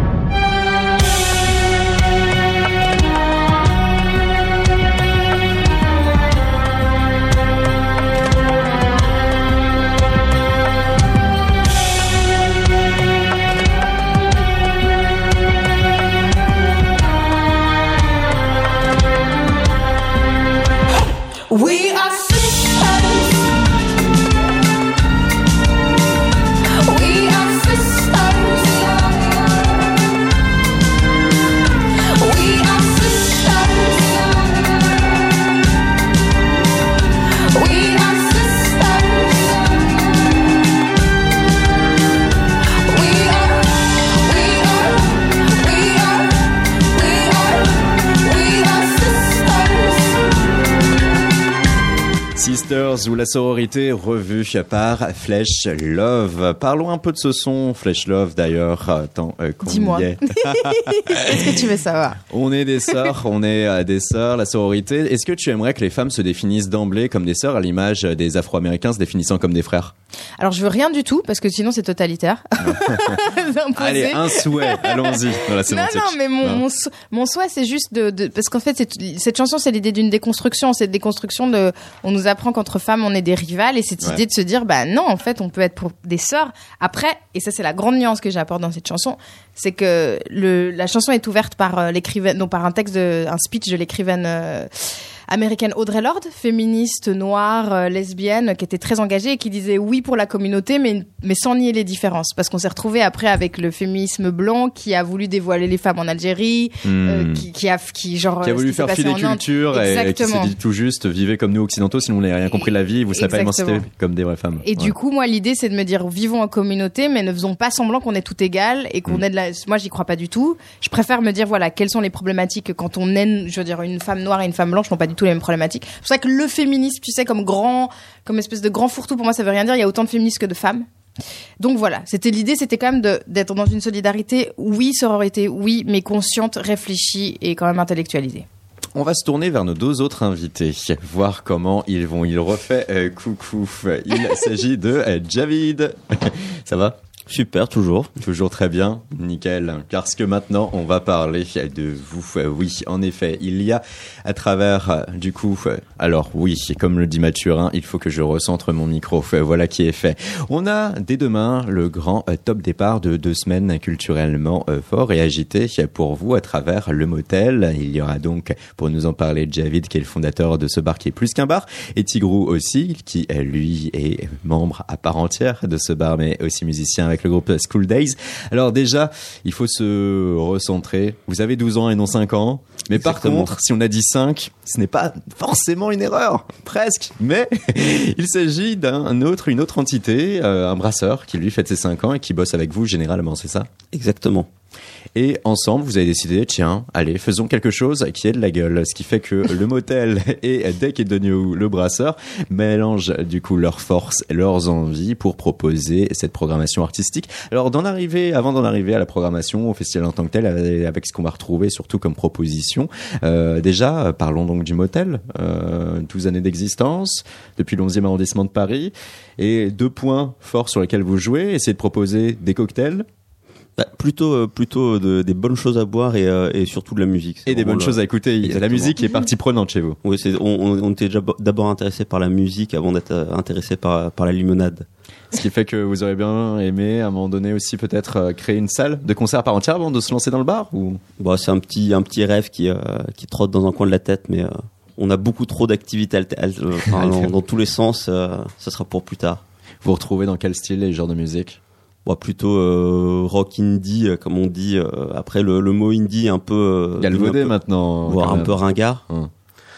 F: We are sisters. We are sisters. We are sisters. We are sisters. We are, we are, we are, we are, we are sisters.
B: Sisters ou la sororité revue par Flesh Love. Parlons un peu de ce son, Flesh Love d'ailleurs, tant euh, qu'on
C: Dis-moi.
B: y est.
C: Qu'est-ce que tu veux savoir?
B: On est des sœurs, on est euh, des sœurs, la sororité. Est-ce que tu aimerais que les femmes se définissent d'emblée comme des sœurs à l'image des Afro-Américains se définissant comme des frères?
C: Alors je veux rien du tout parce que sinon c'est totalitaire.
B: Allez, un souhait, allons-y dans la sémantique.
C: Non, non, mais mon, mon, sou- mon souhait c'est juste de, de parce qu'en fait c'est, cette chanson c'est l'idée d'une déconstruction, c'est une déconstruction de, on nous apprend qu'entre femmes on est des rivales et cette
B: Ouais.
C: idée de se dire bah non en fait on peut être pour des sœurs. Après, et ça c'est la grande nuance que j'apporte dans cette chanson, c'est que le, la chanson est ouverte par euh, l'écrivaine, non par un texte, de, un speech de l'écrivaine. Euh, américaine Audre Lorde, féministe noire, euh, lesbienne, qui était très engagée et qui disait oui pour la communauté, mais mais sans nier les différences, parce qu'on s'est retrouvé après avec le féminisme blanc qui a voulu dévoiler les femmes en Algérie, mmh. euh, qui qui a qui genre
B: qui a voulu faire fi des cultures et, et qui s'est dit tout juste vivez comme nous occidentaux, sinon vous n'avez rien compris de la vie, vous ne serez pas émancipés comme des vraies femmes.
C: Et ouais. du coup, moi, l'idée c'est de me dire vivons en communauté, mais ne faisons pas semblant qu'on est tout égal et qu'on mmh. est de la. Moi, j'y crois pas du tout. Je préfère me dire voilà quelles sont les problématiques quand on est, je veux dire, une femme noire et une femme blanche n'ont pas du tout les mêmes problématiques. C'est pour ça que le féminisme, tu sais, comme grand, comme espèce de grand fourre-tout, pour moi, ça veut rien dire. Il y a autant de féministes que de femmes. Donc voilà, c'était l'idée, c'était quand même de, d'être dans une solidarité, oui, sororité, oui, mais consciente, réfléchie et quand même intellectualisée.
B: On va se tourner vers nos deux autres invités, voir comment ils vont. Il refait euh, coucou. Il s'agit de euh, Javid. Ça va ?
D: Super, toujours.
B: Toujours très bien, nickel. Parce que maintenant, on va parler de vous. Oui, en effet, il y a à travers, du coup, alors oui, comme le dit Mathurin, il faut que je recentre mon micro. Voilà qui est fait. On a dès demain le grand top départ de deux semaines culturellement fort et agité pour vous à travers le motel. Il y aura donc, pour nous en parler, Javid, qui est le fondateur de ce bar qui est plus qu'un bar, et Tigrou aussi, qui lui est membre à part entière de ce bar, mais aussi musicien avec le groupe School Days. Alors déjà, il faut se recentrer. Vous avez douze ans et non cinq ans. Mais Exactement. Par contre, si on a dit cinq, ce n'est pas forcément une erreur. Presque. Mais il s'agit d'un autre, une autre entité, euh, un brasseur qui lui fête ses cinq ans et qui bosse avec vous généralement, c'est ça ?
D: Exactement.
B: Et ensemble, vous avez décidé, tiens, allez, faisons quelque chose qui ait de la gueule. Ce qui fait que le motel et Deck et Dogno, le brasseur, mélangent du coup leurs forces et leurs envies pour proposer cette programmation artistique. Alors, d'en arriver, avant d'en arriver à la programmation, au festival en tant que tel, avec ce qu'on va retrouver surtout comme proposition, euh, déjà, parlons donc du motel. Euh, douze années d'existence, depuis l'onzième arrondissement de Paris, et deux points forts sur lesquels vous jouez, essayez de proposer des cocktails.
D: Bah, plutôt euh, plutôt de, des bonnes choses à boire et, euh, et surtout de la musique.
B: C'est et des bonnes le... choses à écouter. Exactement. La musique est partie prenante chez vous.
D: Oui, c'est, on, on était déjà d'abord intéressé par la musique avant d'être intéressé par, par la limonade.
B: Ce qui fait que vous aurez bien aimé à un moment donné aussi peut-être euh, créer une salle de concert à part entière avant de se lancer dans le bar ou...
D: Bah, c'est un petit, un petit rêve qui, euh, qui trotte dans un coin de la tête, mais euh, on a beaucoup trop d'activités alter- alter- enfin, dans, dans tous les sens. Euh, ça sera pour plus tard.
B: Vous retrouvez dans quel style et genre de musique ?
D: Bon, plutôt euh, rock indie, euh, comme on dit. Euh, après, le, le mot indie est un peu... Euh,
B: galvaudé maintenant.
D: Voire un peu ringard.
B: Hum.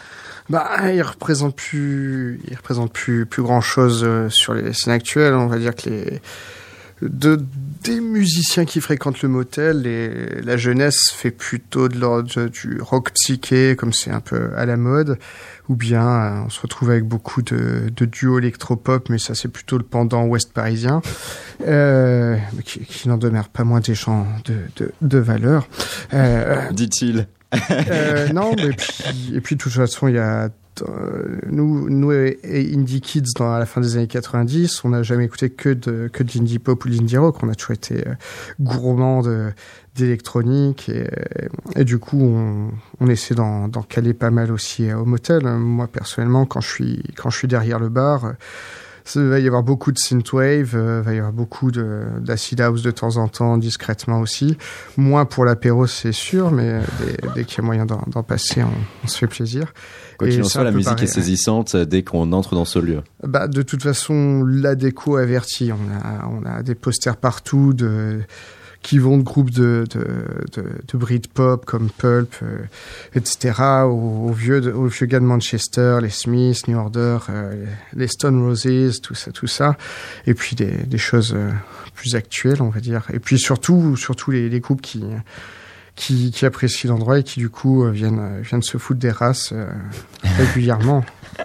E: Bah, il représente plus, il représente plus, plus grand chose euh, sur les scènes actuelles. On va dire que les, de, des musiciens qui fréquentent le motel, les, la jeunesse fait plutôt de l'ordre du rock psyché, comme c'est un peu à la mode. Ou bien euh, on se retrouve avec beaucoup de, de duos électropop, mais ça c'est plutôt le pendant ouest parisien, euh, qui, qui n'en demeure pas moins des gens de, de, de valeur.
B: Euh, Dit-il.
E: euh, non, mais puis, et puis de toute façon, il y a euh, nous, nous et, et Indie Kids dans à la fin des années quatre-vingt-dix, on n'a jamais écouté que de que de l'indie pop ou de l'indie rock. On a toujours été euh, gourmand de d'électronique et, et du coup on, on essaie d'en, d'en caler pas mal aussi au motel. Moi personnellement, quand je suis quand je suis derrière le bar, il va y avoir beaucoup de synthwave, il va y avoir beaucoup de, d'acid house de temps en temps, discrètement aussi. Moins pour l'apéro, c'est sûr, mais dès, dès qu'il y a moyen d'en, d'en passer, on, on se fait plaisir.
B: Quoi qu'il en soit, la musique pareil, est saisissante dès qu'on entre dans ce lieu.
E: Bah, de toute façon, la déco avertit. On a, on a des posters partout de... qui vont de groupes de, de, de, de Britpop comme Pulp, euh, et cetera, aux, aux, vieux de, aux vieux gars de Manchester, les Smiths, New Order, euh, les Stone Roses, tout ça, tout ça. Et puis des, des choses euh, plus actuelles, on va dire. Et puis surtout, surtout les, les groupes qui, qui, qui apprécient l'endroit et qui du coup euh, viennent, euh, viennent se foutre des races euh, régulièrement.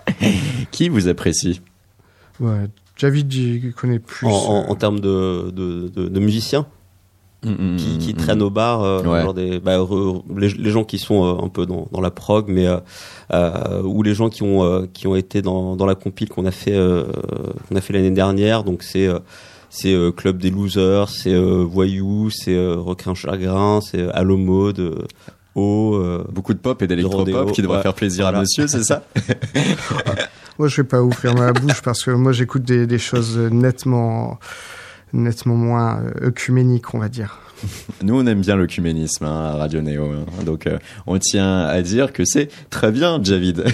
B: Qui vous apprécie ?
E: Ouais, Javid, je connais plus.
D: En, en, en termes de, de, de, de musiciens Mmh, qui, qui mmh, traînent au bar, euh, ouais. genre des, bah, re, les, les gens qui sont euh, un peu dans, dans la prog, mais euh, euh, ou les gens qui ont euh, qui ont été dans, dans la compile qu'on a fait euh, qu'on a fait l'année dernière. Donc c'est euh, c'est euh, Club des Losers, c'est euh, Voyou, c'est euh, Requin Chagrin, c'est euh, Allo Mode, euh, O. Euh,
B: Beaucoup de pop et d'électropop qui devrait ouais. faire plaisir voilà. à Monsieur, c'est ça?
E: Moi, je vais pas ouvrir ma bouche parce que moi, j'écoute des, des choses nettement nettement moins euh, œcuménique, on va dire.
B: Nous, on aime bien l'œcuménisme hein, à Radio Néo, hein. Donc euh, on tient à dire que c'est très bien, Javid.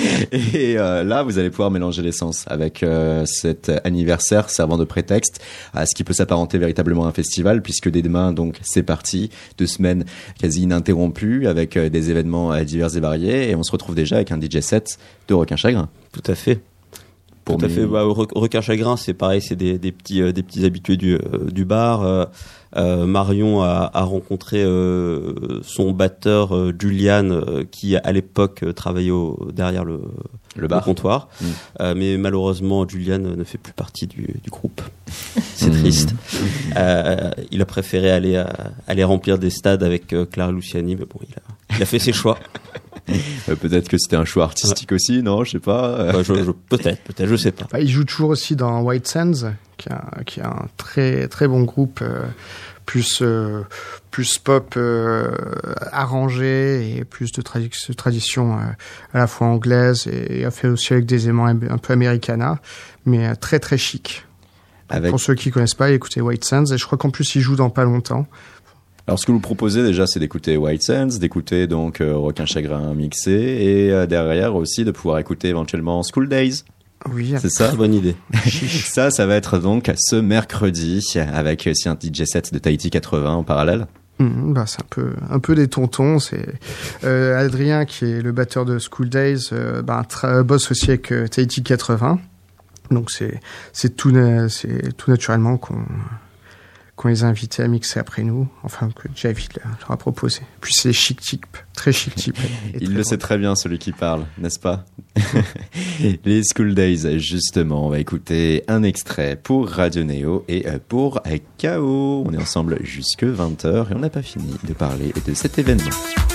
B: Et euh, là, vous allez pouvoir mélanger l'essence avec euh, cet anniversaire servant de prétexte à ce qui peut s'apparenter véritablement à un festival, puisque dès demain, donc, c'est parti, deux semaines quasi ininterrompues avec euh, des événements euh, divers et variés, et on se retrouve déjà avec un D J set de Requin Chagrin.
D: Tout à fait. Pour Tout à mes... fait. Bah, Requin Chagrin, c'est pareil, c'est des, des petits, euh, des petits habitués du, euh, du bar. Euh, euh, Marion a, a rencontré euh, son batteur euh, Julian, euh, qui à l'époque euh, travaillait au, derrière le, le, bar. le comptoir, mmh. euh, mais malheureusement Julian ne fait plus partie du, du groupe. C'est triste. euh, il a préféré aller, à, aller remplir des stades avec euh, Clara Luciani, mais bon, il a, il a fait ses choix.
B: Euh, peut-être que c'était un choix artistique ouais. aussi, non, je sais pas.
D: Bah, je, je, peut-être, peut-être, je sais pas.
E: Bah, il joue toujours aussi dans White Sands, qui est un, qui est un très très bon groupe, euh, plus euh, plus pop euh, arrangé et plus de tradi- tradition euh, à la fois anglaise et, et a fait aussi avec des éléments un peu americana, mais euh, très très chic. Avec... Pour ceux qui connaissent pas, écoutez White Sands, et je crois qu'en plus il joue dans pas longtemps.
B: Alors, ce que vous proposez déjà, c'est d'écouter White Sands, d'écouter donc euh, Requin Chagrin mixé, et euh, derrière aussi de pouvoir écouter éventuellement School Days.
E: Oui,
B: c'est ça.
D: Très bonne idée.
B: Ça, ça va être donc ce mercredi avec aussi un D J set de Tahiti quatre-vingts en parallèle.
E: Mmh, bah c'est un peu un peu des tontons. C'est euh, Adrien qui est le batteur de School Days, euh, bah, tra- bosse aussi avec euh, Tahiti quatre-vingts. Donc c'est c'est tout na- c'est tout naturellement qu'on qu'on les a invités à mixer après nous, enfin que Javid leur a proposé. Puis c'est chic type, très chic type.
B: Il le sait très bien, celui qui parle, n'est-ce pas? Les School Days, justement, on va écouter un extrait pour Radio Néo et pour K O. On est ensemble jusque vingt heures et on n'a pas fini de parler de cet événement.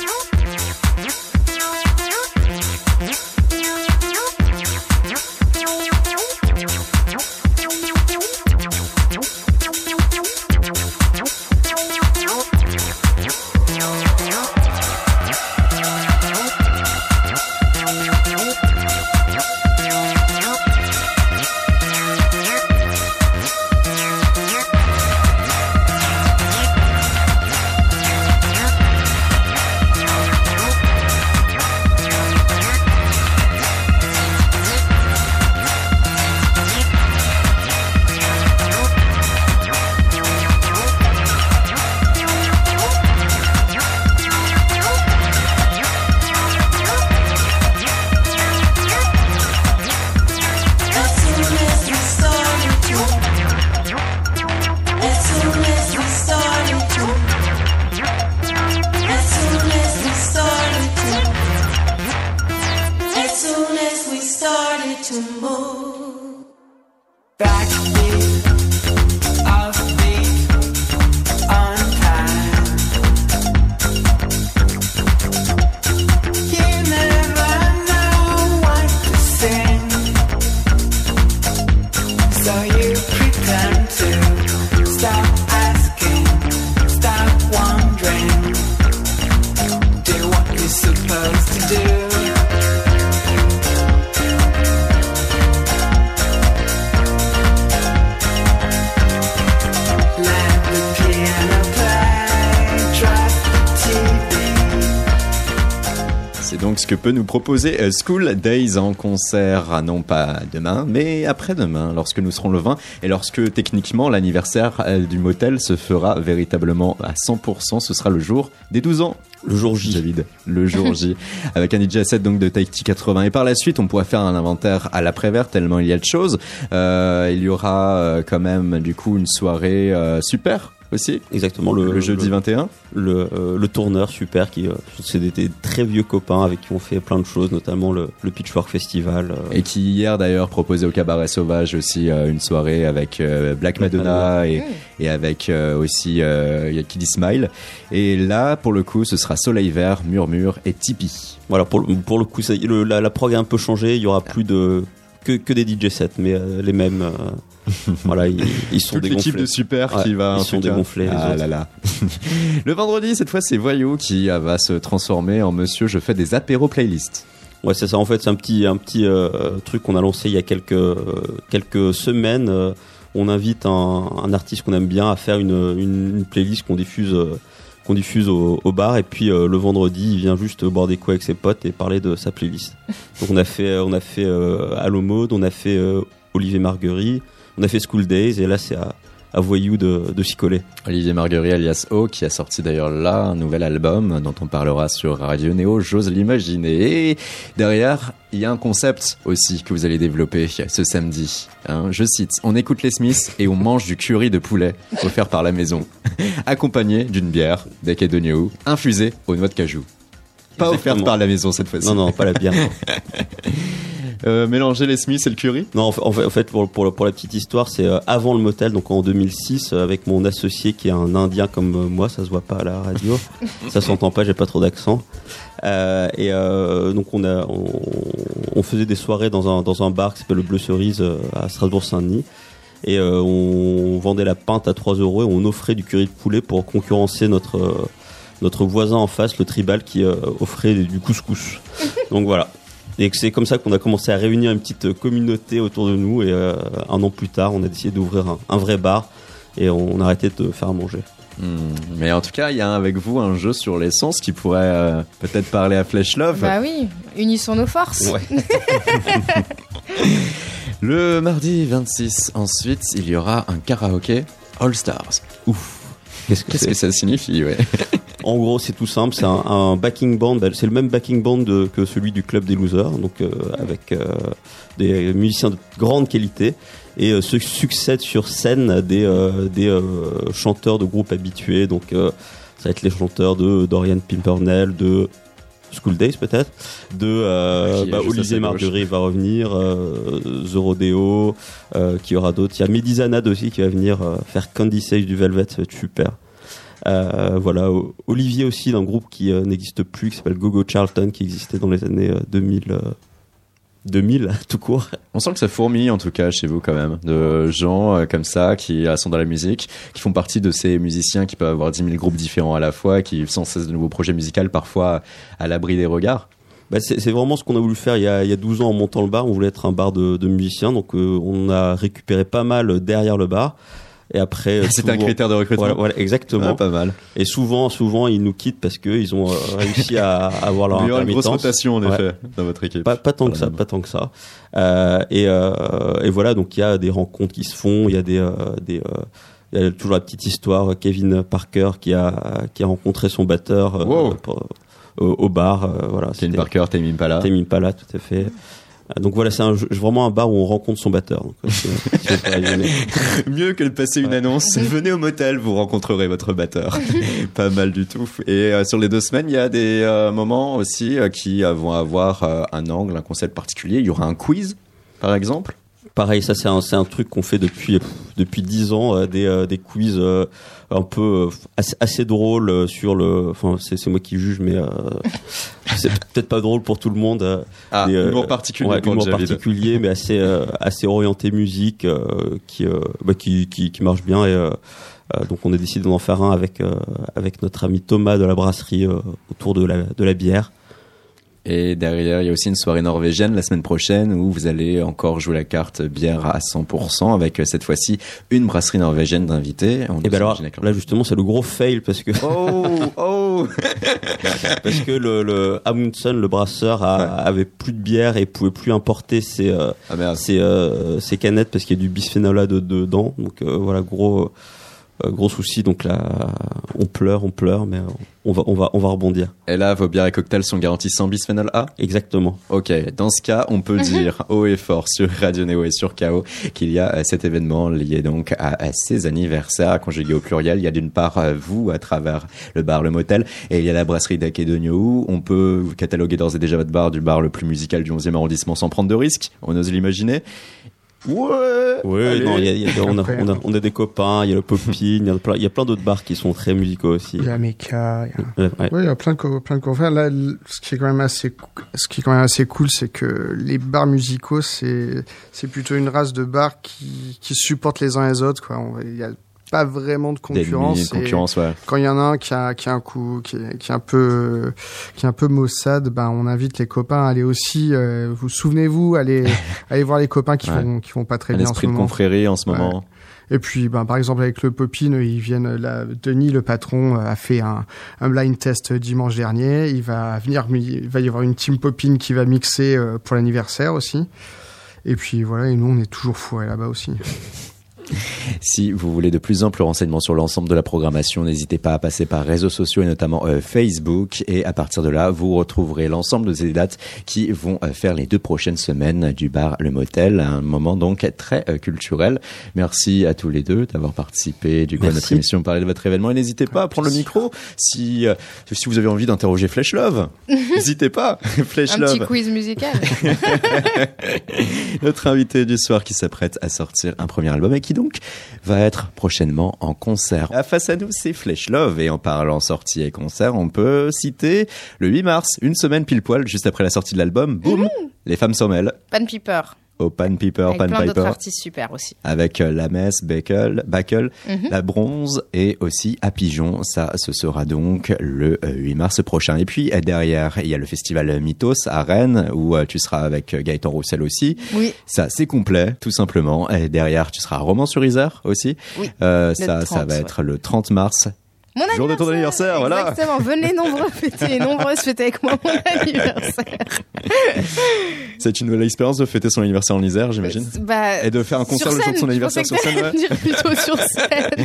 B: Ce que peut nous proposer School Days en concert, non pas demain, mais après-demain, lorsque nous serons le vingt, et lorsque techniquement l'anniversaire du motel se fera véritablement à cent pour cent, ce sera le jour des douze ans.
D: Le jour J.
B: David, le jour J. Avec un D J set donc de Tahiti quatre-vingts. Et par la suite, on pourra faire un inventaire à l'après-vert tellement il y a de choses. Euh, il y aura euh, quand même du coup une soirée euh, super. Aussi,
D: exactement, le,
B: le jeudi
D: le,
B: vingt et un,
D: le, euh, le tourneur super qui euh, c'est des, des très vieux copains avec qui on fait plein de choses, notamment le, le Pitchfork Festival euh.
B: et qui hier d'ailleurs proposait au Cabaret Sauvage aussi euh, une soirée avec euh, Black Madonna et, et avec euh, aussi euh, Kiddy Smile, et là pour le coup ce sera Soleil Vert, Murmure et Tipeee.
D: Voilà, pour le, pour le coup ça, le, la, la prog a un peu changé, il y aura plus de que, que des D J sets mais euh, les mêmes euh, voilà, ils, ils sont
B: toute
D: dégonflés.
B: L'équipe de super
D: ouais,
B: qui va
D: ils sont dégonflés.
B: Ah là là. Le vendredi, cette fois, c'est Voyou qui va se transformer en Monsieur Je fais des apéros playlists.
D: Ouais, c'est ça. En fait, c'est un petit un petit euh, truc qu'on a lancé il y a quelques euh, quelques semaines. Euh, on invite un, un artiste qu'on aime bien à faire une, une, une playlist qu'on diffuse, euh, qu'on diffuse au, au bar, et puis euh, le vendredi, il vient juste boire des coups avec ses potes et parler de sa playlist. Donc on a fait, on a fait euh, Allo Mode, on a fait euh, Olivier Marguerite, on a fait School Days, et là c'est à à Voyou de, de s'y coller.
B: Olivier Marguerite alias O, qui a sorti d'ailleurs là un nouvel album dont on parlera sur Radio Néo, j'ose l'imaginer. Et derrière, il y a un concept aussi que vous allez développer ce samedi. Hein, je cite, on écoute les Smiths et on mange du curry de poulet offert par la maison, accompagné d'une bière d'Akedonio infusée aux noix de cajou. Pas offerte par la maison cette fois-ci.
D: Non, non, pas la bière.
B: Euh, mélanger les Smiths et le curry?
D: Non, en fait, en fait pour, pour, pour la petite histoire, c'est euh, avant le motel, donc en deux mille six, euh, avec mon associé qui est un Indien comme euh, moi, ça se voit pas à la radio, ça s'entend pas, j'ai pas trop d'accent. Euh, et euh, donc on a, on, on faisait des soirées dans un dans un bar qui s'appelle le Bleu Cerise euh, à Strasbourg-Saint-Denis, et euh, on vendait la pinte à trois euros et on offrait du curry de poulet pour concurrencer notre euh, notre voisin en face, le Tribal, qui euh, offrait du couscous. Donc voilà. Et c'est comme ça qu'on a commencé à réunir une petite communauté autour de nous, et euh, un an plus tard, on a décidé d'ouvrir un, un vrai bar, et on, on a arrêté de faire à manger.
B: Mmh, mais en tout cas, il y a avec vous un jeu sur l'essence qui pourrait euh, peut-être parler à Flesh Love.
C: Bah oui, unissons nos forces.
D: Ouais.
B: Le mardi vingt-six, ensuite, il y aura un karaoké All Stars. Ouf. Qu'est-ce que, Qu'est-ce que ça signifie, ouais.
D: En gros, c'est tout simple, c'est un, un backing band, c'est le même backing band de, que celui du Club des Losers, donc euh, avec euh, des musiciens de grande qualité, et euh, se succèdent sur scène des, euh, des euh, chanteurs de groupes habitués, donc euh, ça va être les chanteurs de Dorian Pimpernel, de School Days peut-être, de euh, bah, Olivier Marguerite va revenir, euh, The Rodeo, euh, qui y aura d'autres, il y a Medizanad aussi qui va venir euh, faire Candy Sage du Velvet, ça va être super. Euh, voilà, Olivier aussi d'un groupe qui euh, n'existe plus, qui s'appelle Gogo Charlton, qui existait dans les années euh, deux mille, euh, deux mille tout court.
B: On sent que ça fourmille en tout cas chez vous quand même, de gens euh, comme ça qui euh, sont dans la musique, qui font partie de ces musiciens qui peuvent avoir dix mille groupes différents à la fois, qui sans cesse de nouveaux projets musicaux, parfois à l'abri des regards.
D: Bah c'est, c'est vraiment ce qu'on a voulu faire il y a, il y a douze ans en montant le bar. On voulait être un bar de, de musiciens, donc euh, on a récupéré pas mal derrière le bar. Et après,
B: c'est souvent, un critère de recrutement.
D: Voilà, voilà exactement.
B: Ah, pas mal.
D: Et souvent, souvent, ils nous quittent parce que ils ont euh, réussi à, à avoir leur intermittence.
B: Il y a une grosse rotation en effet ouais. dans votre équipe.
D: Pas, pas tant que ça, pas tant que ça. Euh, et, euh, et voilà, donc il y a des rencontres qui se font. Il y a des, euh, des, euh, il y a toujours la petite histoire. Kevin Parker qui a, qui a rencontré son batteur euh,
B: wow.
D: pour, au, au bar. Euh, voilà.
B: Kevin Parker, Tame Impala.
D: Tame Impala, tout à fait. Donc voilà, c'est un, vraiment un bar où on rencontre son batteur. Donc, c'est,
B: c'est mieux que de passer une annonce. Venez au motel, vous rencontrerez votre batteur. Pas mal du tout. Et euh, sur les deux semaines, il y a des euh, moments aussi euh, qui euh, vont avoir euh, un angle, un concept particulier. Il y aura un quiz, par exemple.
D: Pareil, ça c'est un, c'est un truc qu'on fait depuis depuis dix ans, euh, des euh, des quiz euh, un peu euh, assez, assez drôles euh, sur le. Enfin, c'est c'est moi qui juge, mais euh, c'est peut-être pas drôle pour tout le monde. Euh,
B: ah, des, humour particulier,
D: ouais, humour particulier, mais assez euh, assez orienté musique, euh, qui, euh, bah, qui qui qui marche bien. Et euh, euh, donc on a décidé d'en faire un avec euh, avec notre ami Thomas de la brasserie euh, autour de la de la bière.
B: Et derrière, il y a aussi une soirée norvégienne la semaine prochaine où vous allez encore jouer la carte bière à cent pour cent avec cette fois-ci une brasserie norvégienne d'invités.
D: Et ben alors, là justement, c'est le gros fail parce que
B: oh oh
D: parce que le, le Amundsen, le brasseur, a, ouais. avait plus de bière et pouvait plus importer ses euh, ah ses, euh, ses canettes parce qu'il y a du bisphénol A dedans. Donc euh, voilà, gros. Euh, gros souci, donc là, on pleure, on pleure, mais on va, on va, on va rebondir.
B: Et là, vos bières et cocktails sont garantis sans bisphénol A ?
D: Exactement.
B: Ok, dans ce cas, on peut dire haut et fort sur Radio Néo et sur K O qu'il y a cet événement lié donc à, à ces anniversaires, conjugué au pluriel. Il y a d'une part vous à travers le bar, le motel, et il y a la brasserie d'Akedonio. On peut vous cataloguer d'ores et déjà votre bar du bar le plus musical du onzième arrondissement sans prendre de risques. On ose l'imaginer. Ouais.
D: Ouais. Non, il y a, y a, on a, on a, on a des copains. Il y a le Poppin. Il y a plein, il y a plein d'autres bars qui sont très musicaux aussi.
E: Il y a Meka. Il y a,
D: ouais, ouais.
E: Ouais, il y a plein de co- plein de copains. Là, ce qui est quand même assez, ce qui est quand même assez cool, c'est que les bars musicaux, c'est, c'est plutôt une race de bars qui, qui supportent les uns les autres, quoi. Il y a pas vraiment de concurrence.
B: D'ennemis, de concurrence, ouais.
E: Quand il y en a un qui a, qui a un coup, qui est, qui est un peu, qui est un peu maussade, ben, on invite les copains à aller aussi, euh, vous souvenez-vous, allez, allez voir les copains qui
B: ouais.
E: vont, qui vont pas très
B: un
E: bien en ce
B: esprit de
E: moment.
B: confrérie en ce moment.
E: Ouais. Et puis, ben, par exemple, avec le Popin, ils viennent, là, Denis, le patron, a fait un, un blind test dimanche dernier. Il va venir, il va y avoir une team Popin qui va mixer pour l'anniversaire aussi. Et puis, voilà, et nous, on est toujours fourrés là-bas aussi.
B: Si vous voulez de plus amples renseignements sur l'ensemble de la programmation, n'hésitez pas à passer par réseaux sociaux et notamment euh, Facebook. Et à partir de là, vous retrouverez l'ensemble de ces dates qui vont euh, faire les deux prochaines semaines du bar Le Motel. Un moment donc très euh, culturel. Merci à tous les deux d'avoir participé du coup à notre émission, parler de votre événement. Et n'hésitez pas à prendre le micro si euh, si vous avez envie d'interroger Flesh Love. N'hésitez pas. Flesh
C: Un
B: Love.
C: petit quiz musical.
B: Notre invité du soir qui s'apprête à sortir un premier album et qui donc va être prochainement en concert. À face à nous, c'est Flesh Love. Et en parlant sortie et concert, on peut citer le huit mars, une semaine pile poil juste après la sortie de l'album. Boum, mmh. Les femmes s'en mêlent.
C: Pan Piper.
B: Au Pan Piper,
C: Avec
B: Pan
C: plein
B: Piper.
C: d'autres artistes super aussi.
B: Avec euh, La Messe, Bakel, Bakel mm-hmm. La Bronze et aussi à Pigeon. Ça, ce sera donc le euh, huit mars prochain. Et puis euh, derrière, il y a le festival Mythos à Rennes où euh, tu seras avec euh, Gaëtan Roussel aussi.
C: Oui.
B: Ça, c'est complet, tout simplement. Et derrière, tu seras à Romans-sur-Isère aussi.
C: Oui.
B: Euh, ça,
C: trente,
B: ça va
C: ouais.
B: être le trente mars.
C: Mon
B: jour de ton anniversaire, voilà.
C: Exactement. Venez nombreux fêter, nombreuses fêter avec moi mon anniversaire.
B: C'est une nouvelle expérience de fêter son anniversaire en Isère, j'imagine.
C: Bah,
B: et de faire un concert le jour de son anniversaire sur scène.
C: Ouais. Dire plutôt sur scène.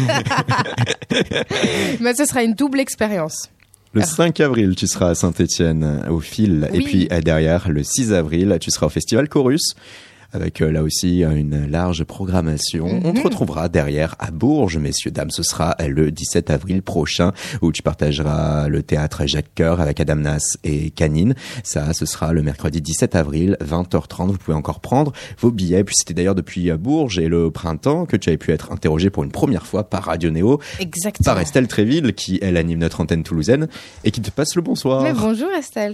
C: Mais ce sera une double expérience.
B: Le cinq avril, tu seras à Saint-Étienne au Fil.
C: Oui.
B: Et puis derrière, le six avril, tu seras au Festival Chorus. Avec euh, là aussi une large programmation. Mm-hmm. On te retrouvera derrière à Bourges, messieurs, dames. Ce sera le dix-sept avril prochain où tu partageras le théâtre Jacques Coeur avec Adam Nas et Canine. Ça, ce sera le mercredi dix-sept avril, vingt heures trente. Vous pouvez encore prendre vos billets. Puis c'était d'ailleurs depuis Bourges et le printemps que tu avais pu être interrogé pour une première fois par Radio Néo.
C: Exactement.
B: Par Estelle Tréville, qui, elle, anime notre antenne toulousaine et qui te passe le bonsoir.
C: Mais bonjour Estelle.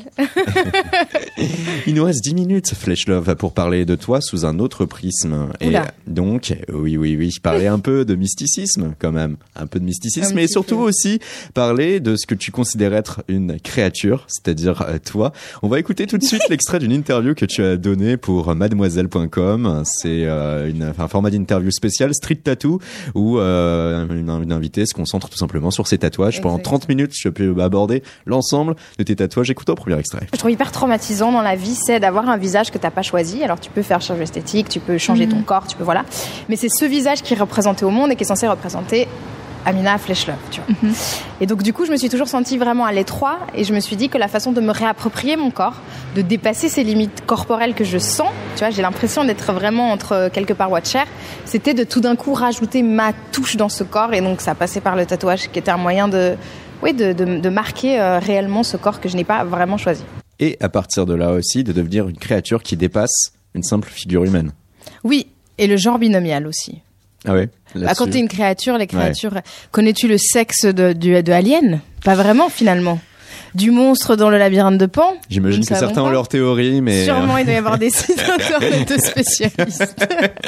B: Il nous reste dix minutes, Flesh Love, pour parler de toi sous un autre prisme.
C: Oula.
B: Et donc, oui, oui, oui, parler un peu de mysticisme, quand même. Un peu de mysticisme, mais surtout peu. aussi parler de ce que tu considères être une créature, c'est-à-dire euh, toi. On va écouter tout de suite l'extrait d'une interview que tu as donnée pour mademoiselle point com. C'est euh, une, un format d'interview spécial, Street Tattoo, où euh, une, une invitée se concentre tout simplement sur ses tatouages. Exactement. Pendant trente minutes, je peux aborder l'ensemble de tes tatouages. Écoute au premier extrait.
J: Je trouve hyper traumatisant dans la vie, c'est d'avoir un visage que t'as pas choisi. Alors tu peux faire chirurgie esthétique, tu peux changer mmh. ton corps, tu peux voilà. Mais c'est ce visage qui est représenté au monde et qui est censé représenter Amina Flesh Love, tu vois. Mmh. Et donc du coup, je me suis toujours sentie vraiment à l'étroit et je me suis dit que la façon de me réapproprier mon corps, de dépasser ces limites corporelles que je sens, tu vois, j'ai l'impression d'être vraiment entre quelques parois de chair, c'était de tout d'un coup rajouter ma touche dans ce corps et donc ça passait par le tatouage qui était un moyen de oui, de, de, de marquer euh, réellement ce corps que je n'ai pas vraiment choisi.
B: Et à partir de là aussi, de devenir une créature qui dépasse une simple figure humaine.
C: Oui, et le genre binomial aussi.
B: Ah ouais.
C: Bah, quand t'es une créature, les créatures... Ouais. Connais-tu le sexe de, de, de Alien ? Pas vraiment, finalement. Du monstre dans le labyrinthe de Pan ?
B: J'imagine que certains pas. ont leur théorie, mais...
C: Sûrement, il doit y avoir des sites internet de spécialistes.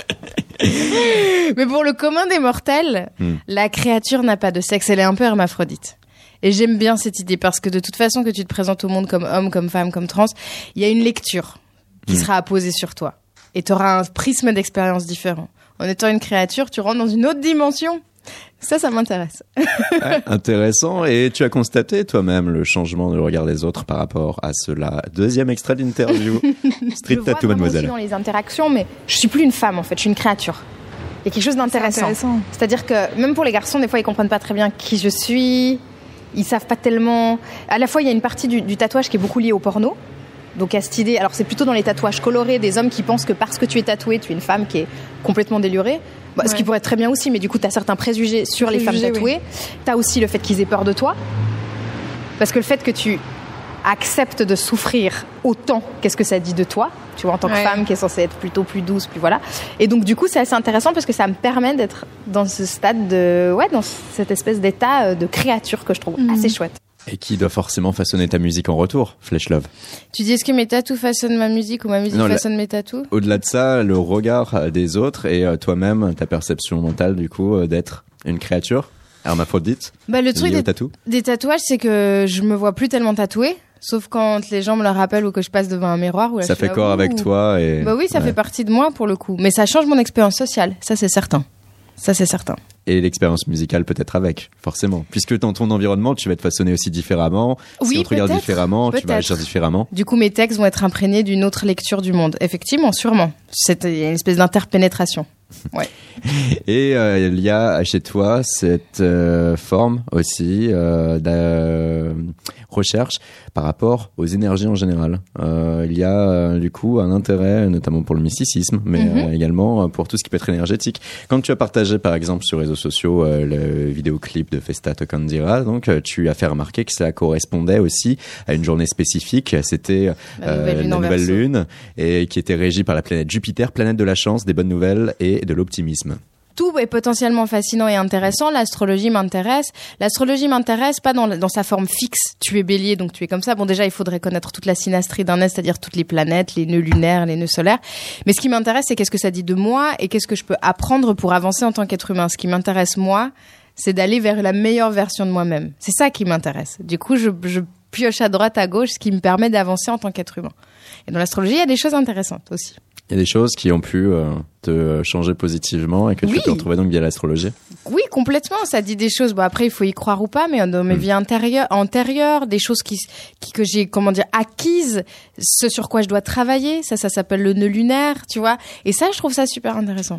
C: Mais pour le commun des mortels, hmm. la créature n'a pas de sexe, elle est un peu hermaphrodite. Et j'aime bien cette idée parce que de toute façon que tu te présentes au monde comme homme, comme femme, comme trans, il y a une lecture qui mmh. sera apposée sur toi. Et tu auras un prisme d'expérience différent. En étant une créature, tu rentres dans une autre dimension. Ça, ça m'intéresse.
B: Ouais, intéressant. Et tu as constaté toi-même le changement de regard des autres par rapport à cela. Deuxième extrait d'interview. Street Tattoo, mademoiselle.
J: Je vois dans les interactions, mais je suis plus une femme en fait, je suis une créature. Il y a quelque chose d'intéressant. C'est intéressant. C'est-à-dire que même pour les garçons, des fois, ils comprennent pas très bien qui je suis. Ils savent pas tellement. À la fois, il y a une partie du, du tatouage qui est beaucoup liée au porno. Donc à cette idée, alors c'est plutôt dans les tatouages colorés des hommes qui pensent que parce que tu es tatouée, tu es une femme qui est complètement délurée. Bah, ouais. Ce qui pourrait être très bien aussi, mais du coup, tu as certains préjugés sur préjugés, les femmes tatouées. Oui. Tu as aussi le fait qu'ils aient peur de toi. Parce que le fait que tu acceptes de souffrir autant, qu'est-ce que ça dit de toi ? Tu vois, en tant ouais. que femme qui est censée être plutôt plus douce, plus voilà. Et donc, du coup, c'est assez intéressant parce que ça me permet d'être dans ce stade de, ouais, dans cette espèce d'état de créature que je trouve mmh. assez chouette.
B: Et qui doit forcément façonner ta musique en retour, Flesh Love.
C: Tu dis est-ce que mes tatous façonnent ma musique ou ma musique non, façonne la... mes tatous?
B: Au-delà de ça, le regard des autres et euh, toi-même, ta perception mentale du coup euh, d'être une créature hermaphrodite.
C: Bah le truc des, tatou. des tatouages, c'est que je me vois plus tellement tatouée. Sauf quand les gens me le rappellent ou que je passe devant un miroir. Où là,
B: ça fait
C: là,
B: corps avec ou... toi et.
C: Bah oui, ça
B: ouais.
C: fait partie de moi pour le coup. Mais ça change mon expérience sociale, ça c'est certain. Ça c'est certain.
B: Et l'expérience musicale peut-être avec, forcément. Puisque dans ton environnement, tu vas te façonner aussi différemment.
C: Oui,
B: si on te regarde différemment,
C: peut-être.
B: tu vas agir différemment.
C: Du coup, mes textes vont être imprégnés d'une autre lecture du monde. Effectivement, sûrement. C'est il y a une espèce d'interpénétration. Ouais.
B: Et euh, il y a chez toi cette euh, forme aussi euh, de recherche par rapport aux énergies en général. Euh, il y a euh, du coup un intérêt notamment pour le mysticisme, mais mm-hmm. euh, également pour tout ce qui peut être énergétique. Quand tu as partagé par exemple sur les réseaux sociaux euh, le vidéoclip de Festa Tokandira, donc euh, tu as fait remarquer que cela correspondait aussi à une journée spécifique. C'était
C: la nouvelle, euh, lune,
B: la nouvelle lune et qui était régie par la planète Jupiter, planète de la chance, des bonnes nouvelles et de l'optimisme.
C: Tout est potentiellement fascinant et intéressant. L'astrologie m'intéresse. L'astrologie m'intéresse pas dans, dans sa forme fixe. Tu es bélier, donc tu es comme ça. Bon, déjà, il faudrait connaître toute la synastrie d'un être, c'est-à-dire toutes les planètes, les nœuds lunaires, les nœuds solaires. Mais ce qui m'intéresse, c'est qu'est-ce que ça dit de moi et qu'est-ce que je peux apprendre pour avancer en tant qu'être humain. Ce qui m'intéresse, moi, c'est d'aller vers la meilleure version de moi-même. C'est ça qui m'intéresse. Du coup, je, je pioche à droite, à gauche, ce qui me permet d'avancer en tant qu'être humain. Et dans l'astrologie, il y a des choses intéressantes aussi.
B: Il y a des choses qui ont pu euh, te changer positivement et que
C: oui.
B: tu peux retrouver donc via l'astrologie.
C: Oui, complètement. Ça dit des choses. Bon, après, il faut y croire ou pas, mais dans mes mmh. vies antérieures, antérieures, des choses qui, qui que j'ai, comment dire, acquises, ce sur quoi je dois travailler. Ça, ça s'appelle le nœud lunaire, tu vois. Et ça, je trouve ça super intéressant.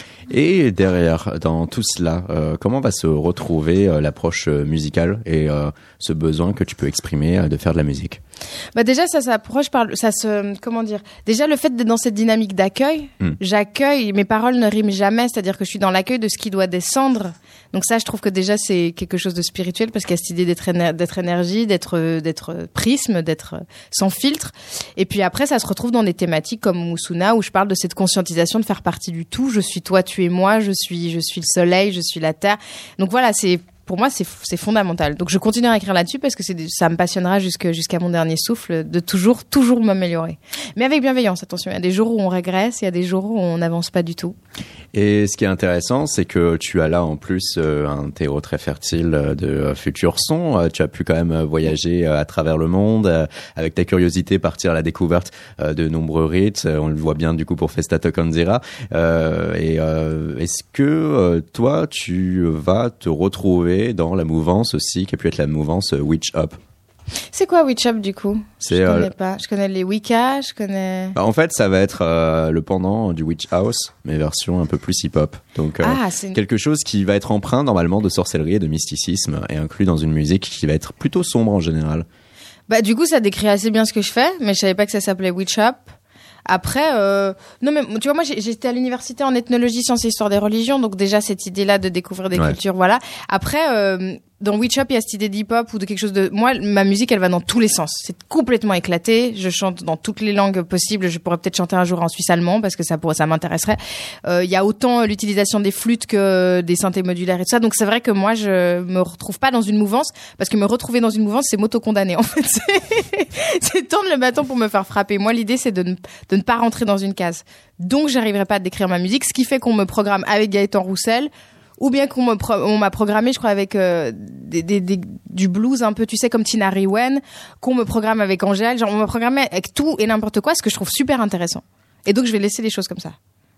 B: Et derrière, dans tout cela, euh, comment va se retrouver euh, l'approche euh, musicale et euh, ce besoin que tu peux exprimer euh, de faire de la musique?
C: Bah déjà, ça s'approche par, ça se, comment dire, déjà le fait d'être dans cette dynamique d'accueil, mm. j'accueille, mes paroles ne riment jamais, c'est-à-dire que je suis dans l'accueil de ce qui doit descendre. Donc ça, je trouve que déjà c'est quelque chose de spirituel parce qu'il y a cette idée d'être, éner- d'être énergie, d'être, d'être prisme, d'être sans filtre. Et puis après, ça se retrouve dans des thématiques comme Musuna où je parle de cette conscientisation de faire partie du tout. Je suis toi, tu es moi, je suis, je suis le soleil, je suis la terre. Donc voilà, c'est, pour moi, c'est, c'est fondamental. Donc je continuerai à écrire là-dessus parce que c'est, ça me passionnera jusque, jusqu'à mon dernier souffle de toujours, toujours m'améliorer. Mais avec bienveillance, attention. Il y a des jours où on régresse, il y a des jours où on n'avance pas du tout.
B: Et ce qui est intéressant, c'est que tu as là en plus euh, un terreau très fertile de euh, futurs sons. Euh, tu as pu quand même voyager euh, à travers le monde, euh, avec ta curiosité partir à la découverte euh, de nombreux rites. Euh, on le voit bien du coup pour Festa Tokandira. Euh, et euh, est-ce que euh, toi, tu vas te retrouver dans la mouvance aussi, qui a pu être la mouvance euh, Witch Up?
C: C'est quoi Witch Up du coup?
B: C'est,
C: je connais
B: euh,
C: pas. Je connais les Wicca, je connais.
B: Bah, en fait, ça va être euh, le pendant du Witch House, mais version un peu plus hip-hop. Donc euh,
C: ah, c'est une...
B: quelque chose qui va être empreint normalement de sorcellerie et de mysticisme et inclus dans une musique qui va être plutôt sombre en général.
C: Bah du coup, ça décrit assez bien ce que je fais, mais je savais pas que ça s'appelait Witch Up. Après, euh, non mais tu vois, moi j'étais à l'université en ethnologie, sciences et histoire des religions, donc déjà cette idée-là de découvrir des ouais. cultures, voilà. Après, euh, dans Witch Up, il y a cette idée d'hip-hop ou de quelque chose de... Moi, ma musique, elle va dans tous les sens. C'est complètement éclaté. Je chante dans toutes les langues possibles. Je pourrais peut-être chanter un jour en suisse allemand parce que ça pourrait, ça m'intéresserait. Euh, il y a autant l'utilisation des flûtes que des synthés modulaires et tout ça. Donc c'est vrai que moi, je me retrouve pas dans une mouvance parce que me retrouver dans une mouvance, c'est m'auto-condamner. En fait, c'est, c'est tendre le bâton pour me faire frapper. Moi, l'idée, c'est de ne, de ne pas rentrer dans une case. Donc, j'arriverai pas à décrire ma musique, ce qui fait qu'on me programme avec Gaëtan Roussel. Ou bien qu'on me pro- on m'a programmé, je crois, avec euh, des, des, des, du blues un peu, tu sais, comme Tina Riwen, qu'on me programme avec Angèle. Genre, on m'a programmé avec tout et n'importe quoi, ce que je trouve super intéressant. Et donc, je vais laisser les choses comme ça.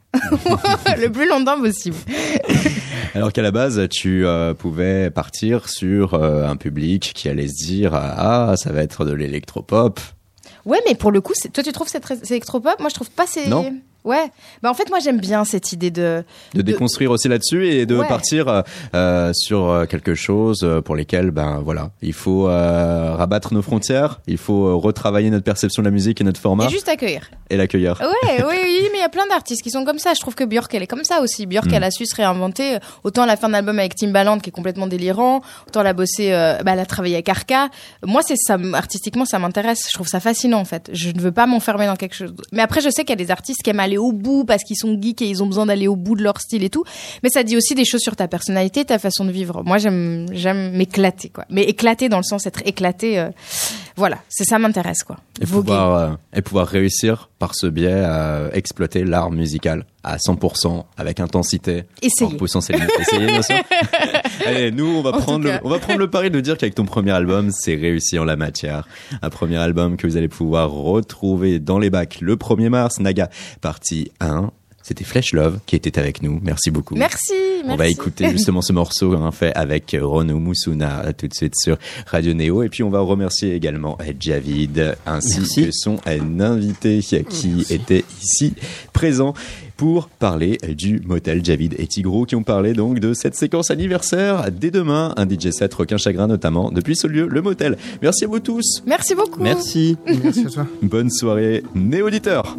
C: Le plus longtemps possible.
B: Alors qu'à la base, tu euh, pouvais partir sur euh, un public qui allait se dire « Ah, ça va être de l'électropop ».
C: Ouais, mais pour le coup, c'est... toi, tu trouves c'est, très... c'est électropop? Moi, je trouve pas c'est...
B: Non.
C: Ouais, bah en fait moi j'aime bien cette idée de
B: de, de... déconstruire aussi là-dessus et de ouais. partir euh, sur quelque chose pour lesquels ben voilà il faut euh, rabattre nos frontières, il faut retravailler notre perception de la musique et notre format
C: et juste accueillir
B: et l'accueillir.
C: Ouais, oui, oui, mais il y a plein d'artistes qui sont comme ça. Je trouve que Björk elle est comme ça aussi. Björk mm. elle a su se réinventer. Autant la fin d'album avec Timbaland qui est complètement délirant, autant elle a bossé, euh, bah elle a travaillé avec Arca. Moi c'est ça, artistiquement ça m'intéresse. Je trouve ça fascinant en fait. Je ne veux pas m'enfermer dans quelque chose. Mais après je sais qu'il y a des artistes qui aiment aller aller au bout parce qu'ils sont geeks et ils ont besoin d'aller au bout de leur style et tout. Mais ça dit aussi des choses sur ta personnalité, ta façon de vivre. Moi, j'aime, j'aime m'éclater, quoi. Mais éclater dans le sens être éclaté, euh, voilà, c'est ça m'intéresse, quoi.
B: Et pouvoir, euh, et pouvoir réussir par ce biais à exploiter l'art musical à cent pour cent avec intensité.
C: Essayez.
B: En poussant ses limites. Essayez, bien sûr. Allez, nous, on va
C: En
B: prendre le, on va prendre le pari de dire qu'avec ton premier album, c'est réussi en la matière. Un premier album que vous allez pouvoir retrouver dans les bacs le premier mars. Naga, partie un. C'était Flesh Love qui était avec nous. Merci beaucoup.
C: Merci.
B: On va écouter justement ce morceau hein, fait avec Renaud Moussuna tout de suite sur Radio Néo. Et puis on va remercier également Javid ainsi Merci. que son invité qui Merci. était ici présent pour parler du motel. Javid et Tigro qui ont parlé donc de cette séquence anniversaire dès demain. Un D J set requin chagrin notamment depuis ce lieu, le motel. Merci à vous tous.
C: Merci beaucoup.
B: Merci.
E: Merci à toi.
B: Bonne soirée, Néo-auditeurs.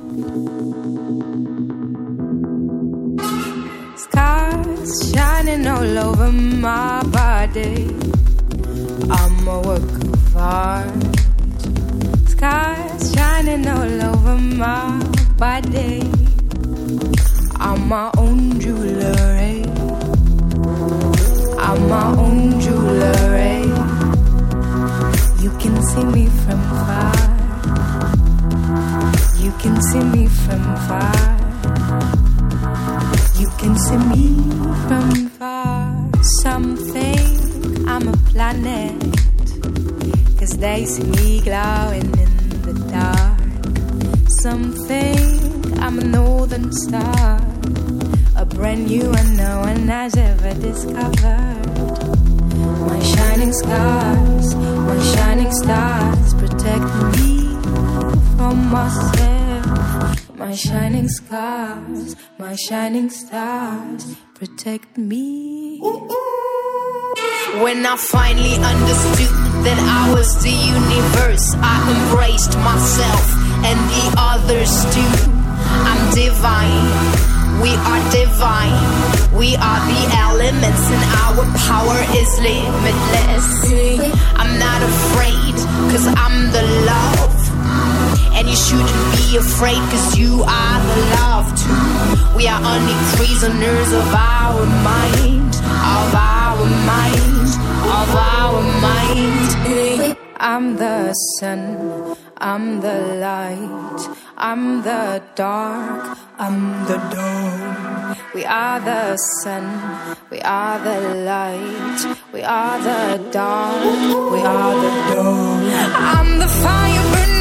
F: Stars shining all over my body. I'm a work of art. Stars shining all over my body. I'm my own jewelry. I'm my own jewelry. You can see me from far. You can see me from far. You can see me from far. Some think I'm a planet, 'cause they see me glowing in the dark. Some think I'm a northern star, a brand new one no one has ever discovered. My shining scars, my shining stars protect me from myself. My shining scars, my shining stars protect me.
K: When I finally understood that I was the universe, I embraced myself and the others too. I'm divine, we are divine. We are the elements and our power is limitless. I'm not afraid, 'cause I'm the love. And you shouldn't be afraid, 'cause you are the love too. We are only prisoners of our mind, of our mind, of our mind.
F: I'm the sun, I'm the light, I'm the dark, I'm the dawn. We are the sun, we are the light, we are the dark, we are the dawn. I'm the fire burning